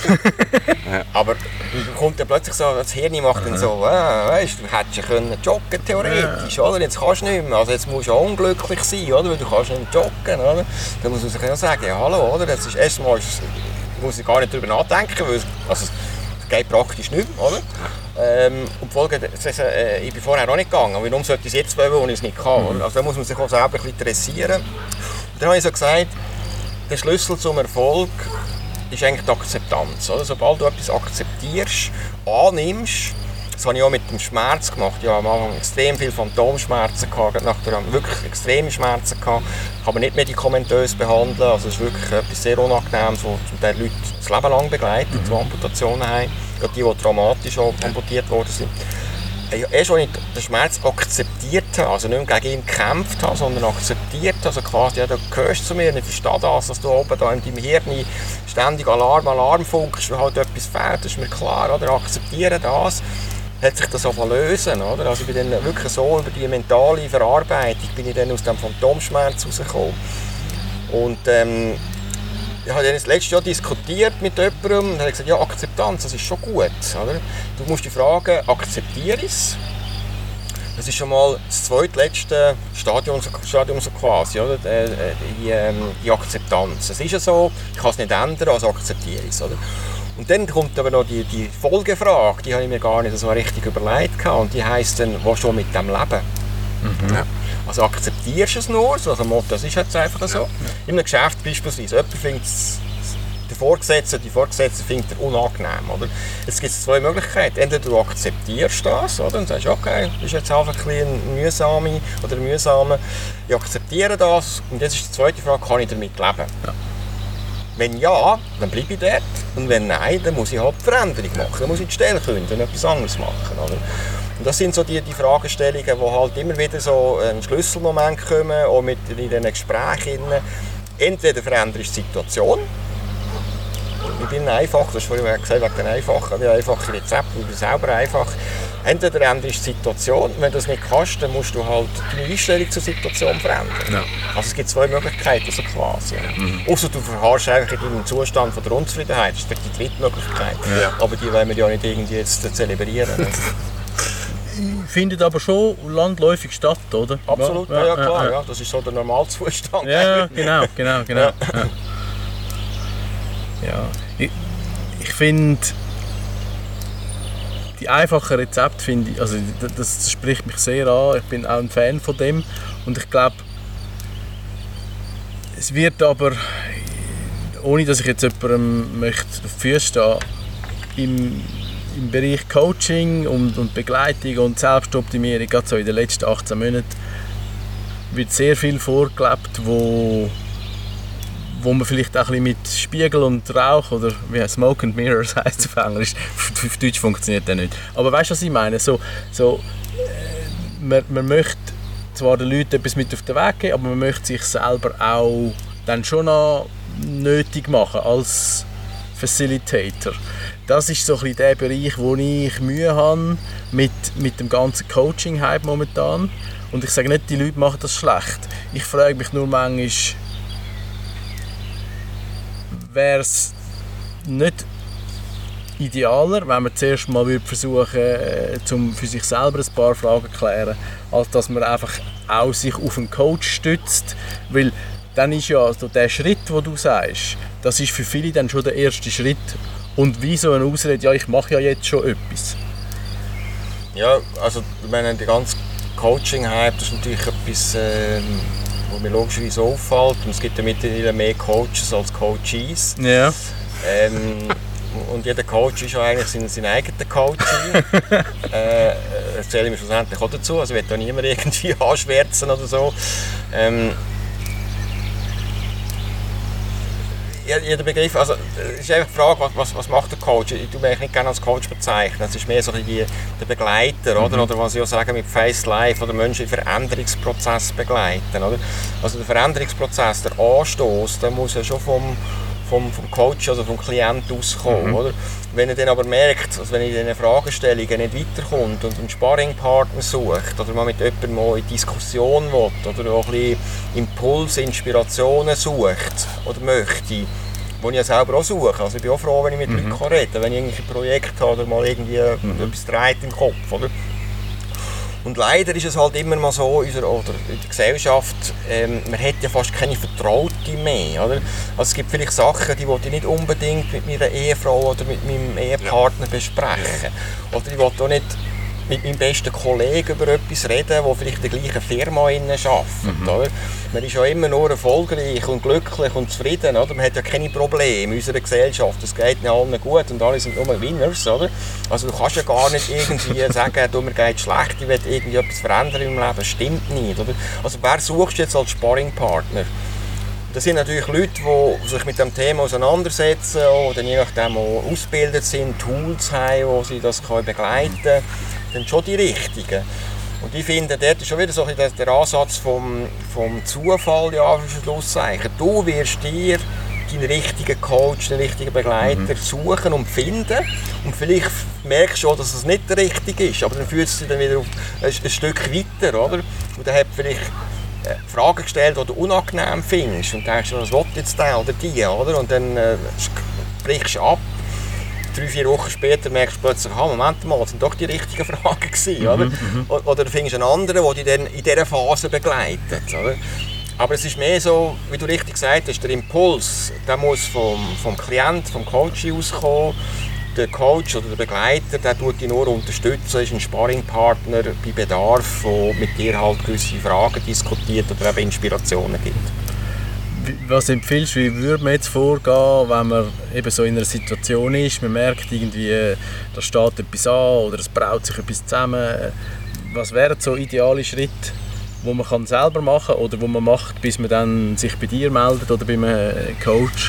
Aber dann kommt dann plötzlich so, das Hirn macht dann so, weißt, du hättest ja können joggen theoretisch, oder? Jetzt kannst du nicht mehr, also jetzt musst du auch unglücklich sein, oder? Weil du kannst nicht mehr joggen, oder? Dann muss man sich ja sagen, ja hallo, oder? Das ist erstmal, muss ich gar nicht darüber nachdenken, weil also, das geht praktisch nicht mehr, oder? Und die Folge, ich bin vorher auch nicht gegangen, warum sollte ich es jetzt wollen, wo ich es nicht kann, oder? Also da muss man sich auch selber ein bisschen interessieren. Und dann habe ich so gesagt, der Schlüssel zum Erfolg ist eigentlich die Akzeptanz. Oder? Sobald du etwas akzeptierst, annimmst, das habe ich auch mit dem Schmerz gemacht. Ich hatte am Anfang extrem viele Phantomschmerzen, nachher wirklich extreme Schmerzen gehabt. Kann man nicht medikamentös behandeln. Also es ist wirklich etwas sehr Unangenehmes, was zum Teil Leute das Leben lang begleitet, die Amputationen haben. Gerade die traumatisch amputiert worden sind. Erst als ich den Schmerz akzeptiert habe, also nicht mehr gegen ihn gekämpft habe, sondern akzeptiert habe, also quasi, ja, du gehörst zu mir, ich verstehe das, dass du oben da in deinem Hirn ständig Alarm funkst, weil halt etwas fehlt, das ist mir klar, oder? Akzeptiere das, hat sich das auch lösen, oder? Also ich bin dann wirklich so über die mentale Verarbeitung bin ich dann aus dem Phantomschmerz rausgekommen. Und ich habe dann das letzte Jahr diskutiert mit jemandem und habe gesagt, ja, Akzeptanz, das ist schon gut. Oder? Du musst dich fragen, akzeptiere ich es? Das ist schon mal das zweitletzte Stadium so quasi, oder? Die Akzeptanz. Es ist ja so, ich kann es nicht ändern, also akzeptiere ich es. Oder? Und dann kommt aber noch die Folgefrage, die habe ich mir gar nicht so richtig überlegt. Und die heisst dann, was schon mit dem Leben? Ja. Also akzeptierst du es nur, so also das ist jetzt einfach so. In einem Geschäft beispielsweise, jemand findet die Vorgesetzte findet er unangenehm. Oder? Es gibt zwei Möglichkeiten. Entweder du akzeptierst das, oder? Und sagst, okay, das ist jetzt einfach ein mühsame oder mühsame. Ich akzeptiere das. Und jetzt ist die zweite Frage, kann ich damit leben? Ja. Wenn ja, dann bleibe ich dort. Und wenn nein, dann muss ich halt Veränderung machen. Dann muss ich die Stelle kündigen und etwas anderes machen. Oder? Und das sind so die Fragestellungen, wo halt immer wieder so ein Schlüsselmoment kommen, auch in diesen Gesprächen. Entweder veränderst du die Situation. Ich bin einfach, das hast du vorhin gesagt, wegen den einfachen Rezept, ich bin selber einfach. Entweder änderst du die Situation, wenn du das nicht kannst, dann musst du halt deine Einstellung zur Situation verändern. Ja. Also es gibt zwei Möglichkeiten, so quasi. Außer du verharrst einfach in deinem Zustand von der Unzufriedenheit, das ist die dritte Möglichkeit. Ja. Aber die wollen wir ja nicht irgendwie jetzt zelebrieren. Findet aber schon landläufig statt, oder? Absolut, ja, klar. Ja. Das ist so der Normalzustand. Ja, genau. Ja. Ja. Ich finde, die einfachen Rezepte finde ich, also das spricht mich sehr an. Ich bin auch ein Fan von dem und ich glaube, es wird aber, ohne dass ich jetzt jemandem möchte auf die Füße stehen, im Bereich Coaching und Begleitung und Selbstoptimierung, gerade so in den letzten 18 Monaten, wird sehr viel vorgelebt, wo man vielleicht auch ein bisschen mit Spiegel und Rauch oder wie Smoke and Mirrors heisst es auf Englisch, auf Deutsch funktioniert das nicht. Aber weißt du, was ich meine? Man möchte zwar den Leuten etwas mit auf den Weg geben, aber man möchte sich selber auch dann schon noch nötig machen als Facilitator. Das ist so ein bisschen der Bereich, wo ich Mühe habe mit dem ganzen Coaching-Hype momentan. Und ich sage nicht, die Leute machen das schlecht. Ich frage mich nur manchmal, wäre es nicht idealer, wenn man zuerst mal versuchen würde, für sich selber ein paar Fragen zu klären, als dass man einfach auch sich auf einen Coach stützt. Weil dann ist ja also der Schritt, den du sagst, das ist für viele dann schon der erste Schritt. Und wie so eine Ausrede, ja, ich mache ja jetzt schon etwas. Ja, also ich meine, der ganze Coaching-Hype, das ist natürlich etwas, was mir logischerweise auffällt. Und es gibt ja mittlerweile mehr Coaches als Coaches. Ja. Und jeder Coach ist ja eigentlich sein eigener Coach. Das zähle ich mir schlussendlich auch dazu. Also ich will da niemand irgendwie anschwärzen oder so. Ja, der Begriff, also es ist einfach die Frage, was macht der Coach? Ich tue mich nicht gerne als Coach bezeichnen. Es ist mehr so der Begleiter, oder was ich auch sage mit Face Life, oder Menschen im Veränderungsprozess begleiten. Oder? Also der Veränderungsprozess, der Anstoß, der muss ja schon vom Coach, also vom Klienten auskommen. Oder? Wenn er dann aber merkt, dass wenn er in diesen Fragestellungen nicht weiterkommt und einen Sparringpartner sucht oder mal mit jemandem mal in Diskussion will oder auch ein bisschen Impulse, Inspirationen sucht oder möchte, wo ich ja selber auch suche. Also ich bin auch froh, wenn ich mit Leuten reden kann, wenn ich irgendein Projekt habe oder mal irgendwie etwas dreht im Kopf. Oder? Und leider ist es halt immer mal so in der Gesellschaft, man hat ja fast keine Vertraute mehr. Oder? Also es gibt vielleicht Sachen, die will ich nicht unbedingt mit meiner Ehefrau oder mit meinem Ehepartner besprechen. Oder ich will auch nicht mit meinem besten Kollegen über etwas reden, der vielleicht in der gleichen Firma arbeitet. Oder? Man ist ja immer nur erfolgreich und glücklich und zufrieden. Oder? Man hat ja keine Probleme in unserer Gesellschaft. Es geht nicht allen gut und alle sind nur Winners. Oder? Also du kannst ja gar nicht irgendwie sagen, du, mir geht schlecht, ich will irgendwie etwas verändern in meinem Leben. Das stimmt nicht. Oder? Also wer suchst du jetzt als Sparringpartner? Das sind natürlich Leute, die sich mit dem Thema auseinandersetzen oder je nachdem auch ausgebildet sind, Tools haben, wo sie das begleiten können. Dann schon die richtigen. Und ich finde, dort ist schon wieder so der Ansatz vom Zufall, ja, für Schlusszeichen. Du wirst dir deinen richtigen Coach, den richtigen Begleiter suchen und finden. Und vielleicht merkst du auch, dass es nicht der richtige ist, aber dann fühlst du dich dann wieder ein Stück weiter, oder? Und dann hat vielleicht Fragen gestellt, die du unangenehm findest und denkst, was will jetzt der oder die, oder? Und dann brichst du ab. 3-4 Wochen später merkst du plötzlich, Moment mal, das sind doch die richtigen Fragen gewesen, oder? Oder du findest einen anderen, der dich dann in dieser Phase begleitet, oder? Aber es ist mehr so, wie du richtig gesagt hast, der Impuls, der muss vom Klient, vom Coach auskommen. Der Coach oder der Begleiter, der tut dich nur unterstützen, ist ein Sparringpartner bei Bedarf, der mit dir halt gewisse Fragen diskutiert oder eben Inspirationen gibt. Was empfiehlst du, wie würde man jetzt vorgehen, wenn man eben so in einer Situation ist, man merkt irgendwie, da steht etwas an oder es braut sich etwas zusammen. Was wären so ideale Schritte, die man selber machen kann oder die man macht, bis man dann sich bei dir meldet oder bei einem Coach?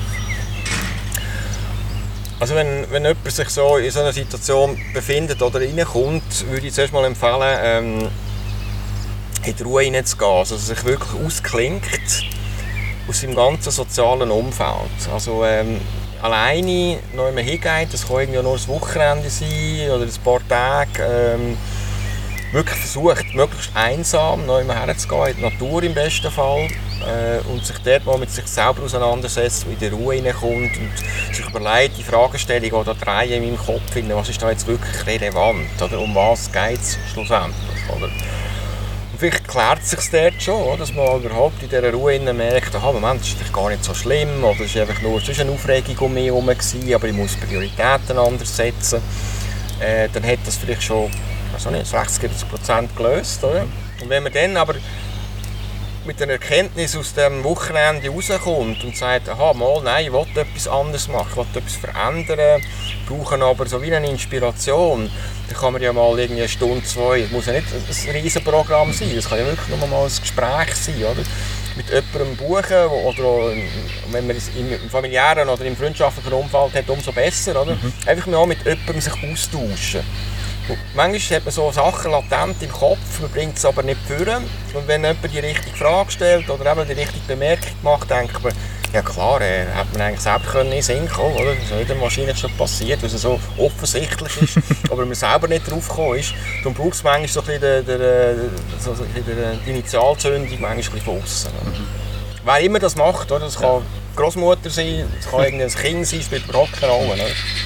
Also wenn jemand sich so in so einer Situation befindet oder reinkommt, würde ich zuerst mal empfehlen, in die Ruhe hineinzugehen, also sich wirklich ausklingt aus seinem ganzen sozialen Umfeld. Also alleine noch immer hingeht, das kann irgendwie nur ein Wochenende sein oder ein paar Tage. Wirklich versucht, möglichst einsam noch immer herzugehen, in die Natur im besten Fall. Und sich dort mal mit sich selber auseinandersetzt, in die Ruhe hineinkommt und sich überlegt, die Fragestellung, die da drehen in meinem Kopf, was ist da jetzt wirklich relevant, oder um was geht es schlussendlich. Oder? Und vielleicht klärt es sich dort schon, dass man überhaupt in dieser Ruhe merkt, Moment, das ist gar nicht so schlimm, oder es war einfach nur eine Aufregung um mich herum, aber ich muss Prioritäten anders setzen. Dann hat das vielleicht schon 60-70% gelöst. Oder? Und wenn man dann aber mit einer Erkenntnis aus dem Wochenende rauskommt und sagt, nein, ich will etwas anderes machen, ich will etwas verändern, brauche aber so wie eine Inspiration, dann kann man ja mal irgendwie 1 Stunde, 2, es muss ja nicht ein Riesenprogramm sein, das kann ja wirklich nur mal ein Gespräch sein, oder? Mit jemandem buchen oder wenn man es im familiären oder im freundschaftlichen Umfeld hat, umso besser, oder? Einfach mal mit jemandem sich austauschen. Manchmal hat man so Sachen latent im Kopf, man bringt es aber nicht führen. Und wenn jemand die richtige Frage stellt oder eben die richtige Bemerkung macht, denkt man, ja klar, hätte man eigentlich selber in den Sinn kommen können, oder? Das ist in der Maschine schon passiert, weil es so offensichtlich ist, aber man selber nicht drauf gekommen ist. Darum braucht es manchmal so ein bisschen die Initialzündung manchmal ein bisschen von aussen. Wer immer das macht, oder? Das kann Großmutter sein, das kann ein Kind sein, es spielt überhaupt keine Rolle.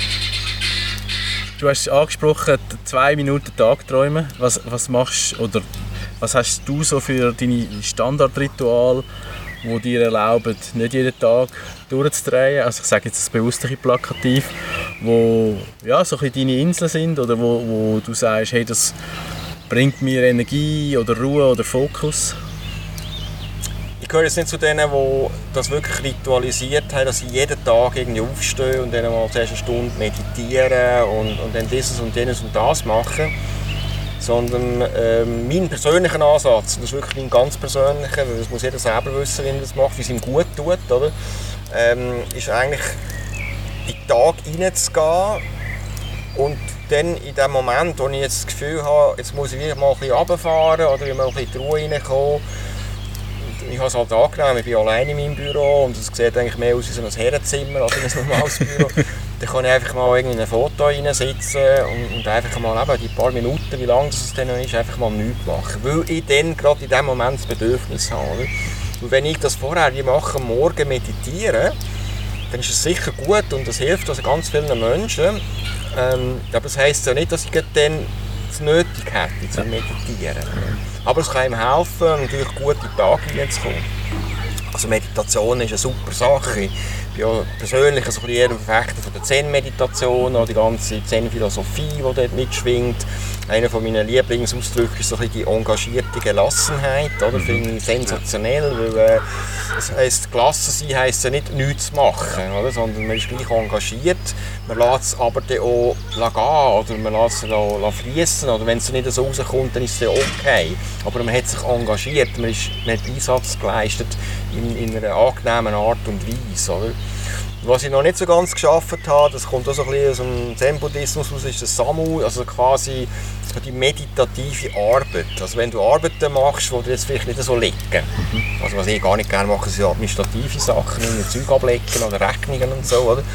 Du hast angesprochen, 2 Minuten Tagträumen. Was machst oder was hast du so für deine Standardrituale, die dir erlauben, nicht jeden Tag durchzudrehen? Also ich sage jetzt das bewusst plakativ, wo ja, so ein bisschen deine Inseln sind oder wo du sagst, hey, das bringt mir Energie oder Ruhe oder Fokus. Ich gehöre jetzt nicht zu denen, die das wirklich ritualisiert haben, dass sie jeden Tag irgendwie aufstehen und dann mal 10 Stunden meditieren und dann dieses und jenes und das machen. Sondern mein persönlicher Ansatz, das ist wirklich mein ganz persönlicher, weil das muss jeder selber wissen, wie er das macht, wie es ihm gut tut, oder? Ist eigentlich in den Tag hineinzugehen und dann in dem Moment, wo ich jetzt das Gefühl habe, jetzt muss ich wieder mal ein bisschen runterfahren oder mal ein bisschen in die Ruhe reinkommen, ich habe es halt angenehm, ich bin alleine in meinem Büro und es sieht eigentlich mehr aus wie so ein Herrenzimmer als wie ein normales Büro. Dann kann ich einfach mal irgendwie ein Foto reinsetzen und einfach mal eben die paar Minuten, wie lange das dann noch ist, einfach mal nichts machen. Weil ich dann gerade in dem Moment das Bedürfnis habe. Oder? Und wenn ich das vorher wie mache, morgen meditiere, dann ist es sicher gut und das hilft also ganz vielen Menschen. Aber das heisst ja nicht, dass ich dann es nötig hätte, zu meditieren. Aber es kann ihm helfen, natürlich gut in den Tag hineinzukommen. Also Meditation ist eine super Sache. Ich bin ja persönlich ein eher ein Verfechter von der Zen-Meditation, die ganze Zen-Philosophie, die dort mitschwingt. Einer meiner Lieblingsausdrücke ist so ein bisschen die engagierte Gelassenheit. Oder? Finde ich sensationell, weil das heisst, gelassen sein heisst ja nicht nichts zu machen, oder? Sondern man ist gleich engagiert. Man lässt es aber dann auch gehen, oder man lässt es fließen. Oder wenn es nicht so rauskommt, dann ist es okay. Aber man hat sich engagiert, man hat Einsatz geleistet in einer angenehmen Art und Weise. Oder? Was ich noch nicht so ganz geschafft habe, das kommt auch so ein bisschen aus dem Zen-Buddhismus aus, ist das Samu, also quasi die meditative Arbeit. Also wenn du Arbeiten machst, die dir jetzt vielleicht nicht so liegen. Also was ich gar nicht gerne mache, sind administrative Sachen, wie Zeug ablecken oder Rechnungen und so. Oder?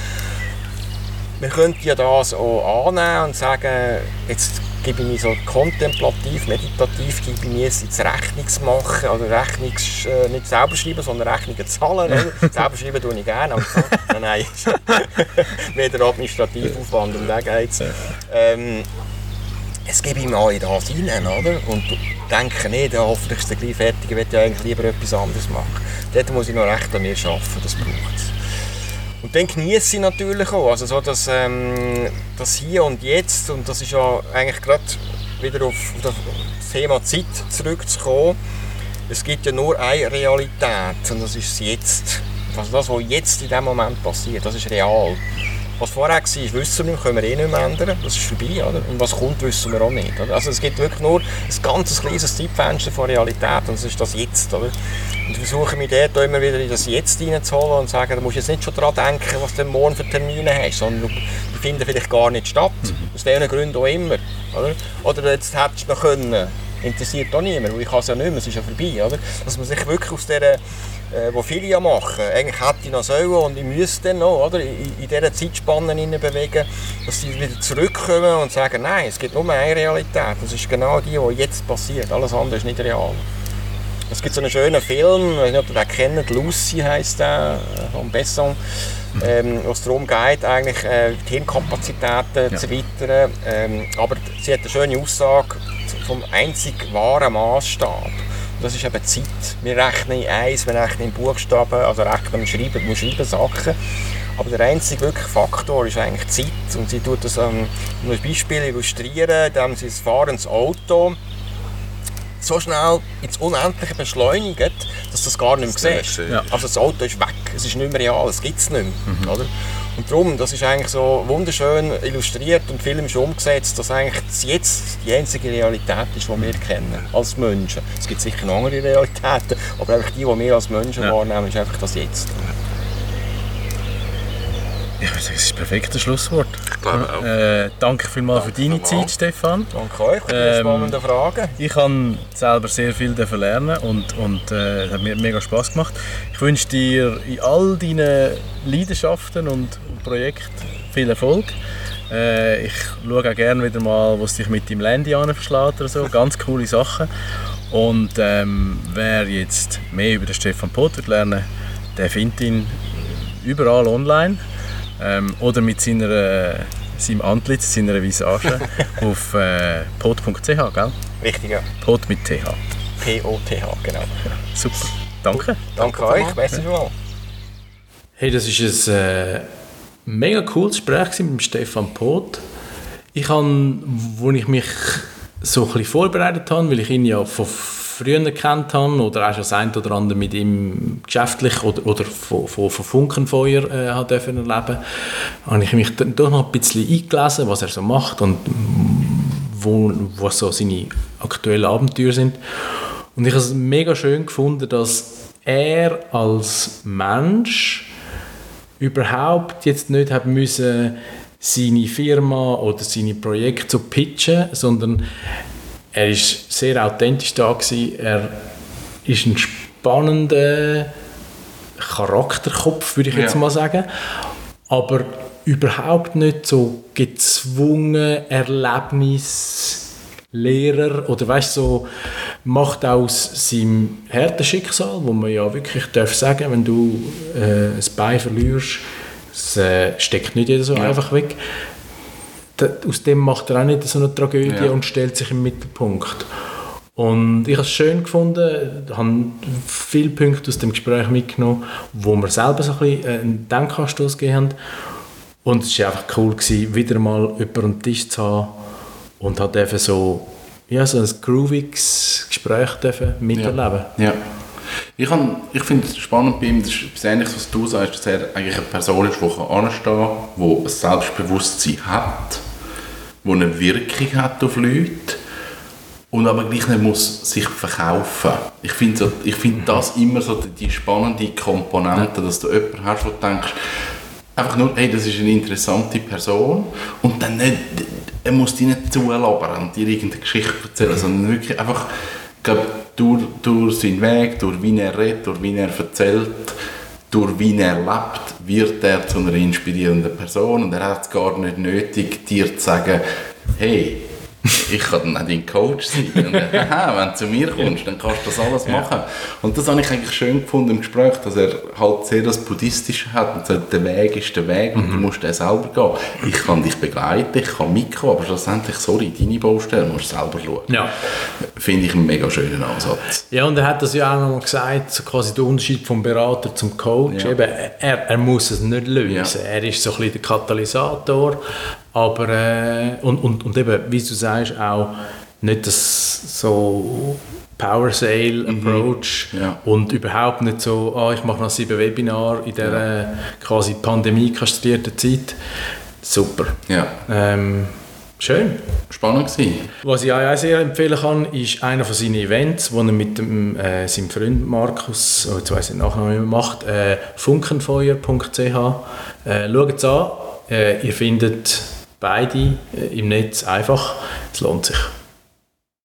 Man könnte ja das auch annehmen und sagen, jetzt gebe ich mich so kontemplativ, meditativ, gebe ich mich jetzt ins Rechnungsmachen, oder nicht selber schreiben, sondern Rechnungen zahlen. Selber schreiben tue ich gerne, aber nein, mehr der Administrativaufwand, um den geht es. Jetzt gebe ich mal in das hinein, oder? Und denke nicht, hoffentlich ist es gleich fertig, ich möchte ja eigentlich lieber etwas anderes machen. Dort muss ich noch recht an mir arbeiten, das braucht es. Und dann genieße ich natürlich auch, also so das Hier und Jetzt, und das ist ja eigentlich gerade wieder auf das Thema Zeit zurückzukommen. Es gibt ja nur eine Realität und das ist das Jetzt. Also das, was jetzt in diesem Moment passiert, das ist real. Was vorher war, wissen wir nicht, können wir nicht mehr ändern, das ist vorbei. Oder? Und was kommt, wissen wir auch nicht. Oder? Also es gibt wirklich nur ein ganz kleines Zeitfenster von Realität und das ist das Jetzt. Oder? Und ich versuche mich dort immer wieder in das Jetzt reinzuholen und zu sagen, du musst jetzt nicht schon daran denken, was du morgen für Termine hast, sondern die finden vielleicht gar nicht statt. Aus welchen Gründen auch immer. Oder jetzt hättest du noch können. Interessiert auch niemand, weil ich kann es ja nicht mehr, es ist ja vorbei. Oder? Dass man sich wirklich aus dieser, was viele ja machen, eigentlich hätte ich noch sollen und ich müsste dann noch, oder? In dieser Zeitspanne bewegen, dass sie wieder zurückkommen und sagen, nein, es gibt nur eine Realität, das ist genau die jetzt passiert, alles andere ist nicht real. Es gibt so einen schönen Film, ich weiß nicht, ob ihr den kennt, Lucy heisst der, von Besson, wo es darum geht, eigentlich die Hirnkapazitäten zu erweitern. Aber sie hat eine schöne Aussage vom einzig wahren Maßstab. Das ist eben Zeit. Wir rechnen in Eins, wir rechnen in Buchstaben, also rechnen, wir schreiben Sachen. Aber der einzige wirkliche Faktor ist eigentlich Zeit. Und sie tut das ein Beispiel illustrieren, indem sie das fahrendes Auto so schnell ins Unendliche beschleunigt, dass du das gar nicht mehr siehst. Ja. Also das Auto ist weg, es ist nicht mehr real, es gibt es nicht mehr. Oder? Und darum, das ist eigentlich so wunderschön illustriert und filmisch umgesetzt, dass eigentlich jetzt die einzige Realität ist, die wir kennen als Menschen. Es gibt sicher noch andere Realitäten, aber einfach die wir als Menschen wahrnehmen, ist einfach das Jetzt. Ja, das ist ein perfektes Schlusswort. Ich glaube auch. Danke vielmals für deine Zeit, Stefan. Danke euch für die spannenden Fragen. Ich habe selber sehr viel lernen und es hat mir mega Spass gemacht. Ich wünsche dir in all deinen Leidenschaften und Projekten viel Erfolg. Ich schaue auch gerne wieder mal, was dich mit deinem Landy verschlägt oder so. Ganz coole Sachen. Und wer jetzt mehr über den Stefan Pot wird lernen, der findet ihn überall online. Oder mit seinem Antlitz, seiner Visage auf pot.ch, gell? Richtig, ja. Pot mit TH. P-O-T-H, genau. Super, danke. Danke euch, besten Mal. Hey, das war ein mega cooles Gespräch mit Stefan Pot. Ich habe, als ich mich so ein bisschen vorbereitet habe, weil ich ihn ja von früher gekannt habe oder auch schon das eine oder andere mit ihm geschäftlich oder von Funkenfeuer erleben durfte, habe ich mich dann doch noch ein bisschen eingelesen, was er so macht und was so seine aktuellen Abenteuer sind. Und ich habe es mega schön gefunden, dass er als Mensch überhaupt jetzt nicht haben müssen, seine Firma oder seine Projekte so pitchen, sondern er war sehr authentisch da gewesen. Er ist ein spannender Charakterkopf, würde ich jetzt mal sagen. Aber überhaupt nicht so gezwungen Erlebnislehrer oder weißt so, macht aus seinem harten Schicksal, wo man ja wirklich darf sagen, wenn du ein Bein verlierst, das steckt nicht jeder so einfach weg. Aus dem macht er auch nicht so eine Tragödie und stellt sich im Mittelpunkt. Und ich habe es schön gefunden, habe viele Punkte aus dem Gespräch mitgenommen, wo wir selber so ein bisschen einen Denkanstoß gegeben haben. Und es war einfach cool, wieder mal jemanden am Tisch zu haben und hat eben so ein grooviges Gespräch miterleben. Ja. Ich finde es spannend bei ihm, das ist etwas Ähnliches, was du sagst, dass er eigentlich eine Person ist, die anstehen kann, die ein Selbstbewusstsein hat, die eine Wirkung hat auf Leute und aber gleich nicht muss sich verkaufen. Ich finde das immer so die spannende Komponente, dass du jemanden hast, wo du denkst, einfach nur, hey, das ist eine interessante Person und dann nicht, er muss dich nicht zulabern und dir irgendeine Geschichte erzählen, sondern wirklich einfach, ich glaube, durch seinen Weg, durch wie er redet, durch wie er erzählt, durch wie er lebt, wird er zu einer inspirierenden Person und er hat es gar nicht nötig, dir zu sagen, hey, ich kann dann auch dein Coach sein. Und, wenn du zu mir kommst, dann kannst du das alles machen. Und das habe ich eigentlich schön gefunden im Gespräch, dass er halt sehr das Buddhistische hat und sagt, der Weg ist der Weg und du musst den selber gehen. Ich kann dich begleiten, ich kann mitkommen, aber schlussendlich, sorry, deine Baustelle musst du selber schauen. Ja. Finde ich einen mega schönen Ansatz. Ja, und er hat das ja auch noch mal gesagt, so quasi der Unterschied vom Berater zum Coach. Ja. Eben, er muss es nicht lösen. Ja. Er ist so ein bisschen der Katalysator. Aber, und eben, wie du sagst, auch nicht das so Power-Sale-Approach und überhaupt nicht so, ich mache noch 7 Webinare in dieser quasi pandemie-kastrierten Zeit. Super. Ja. Schön. Spannend gewesen. Was ich auch sehr empfehlen kann, ist einer von seinen Events, wo er mit seinem Freund Markus, jetzt weiss ich den Nachnamen, wie er macht, funkenfeuer.ch. Schaut es an. Ihr findet beide im Netz einfach. Es lohnt sich.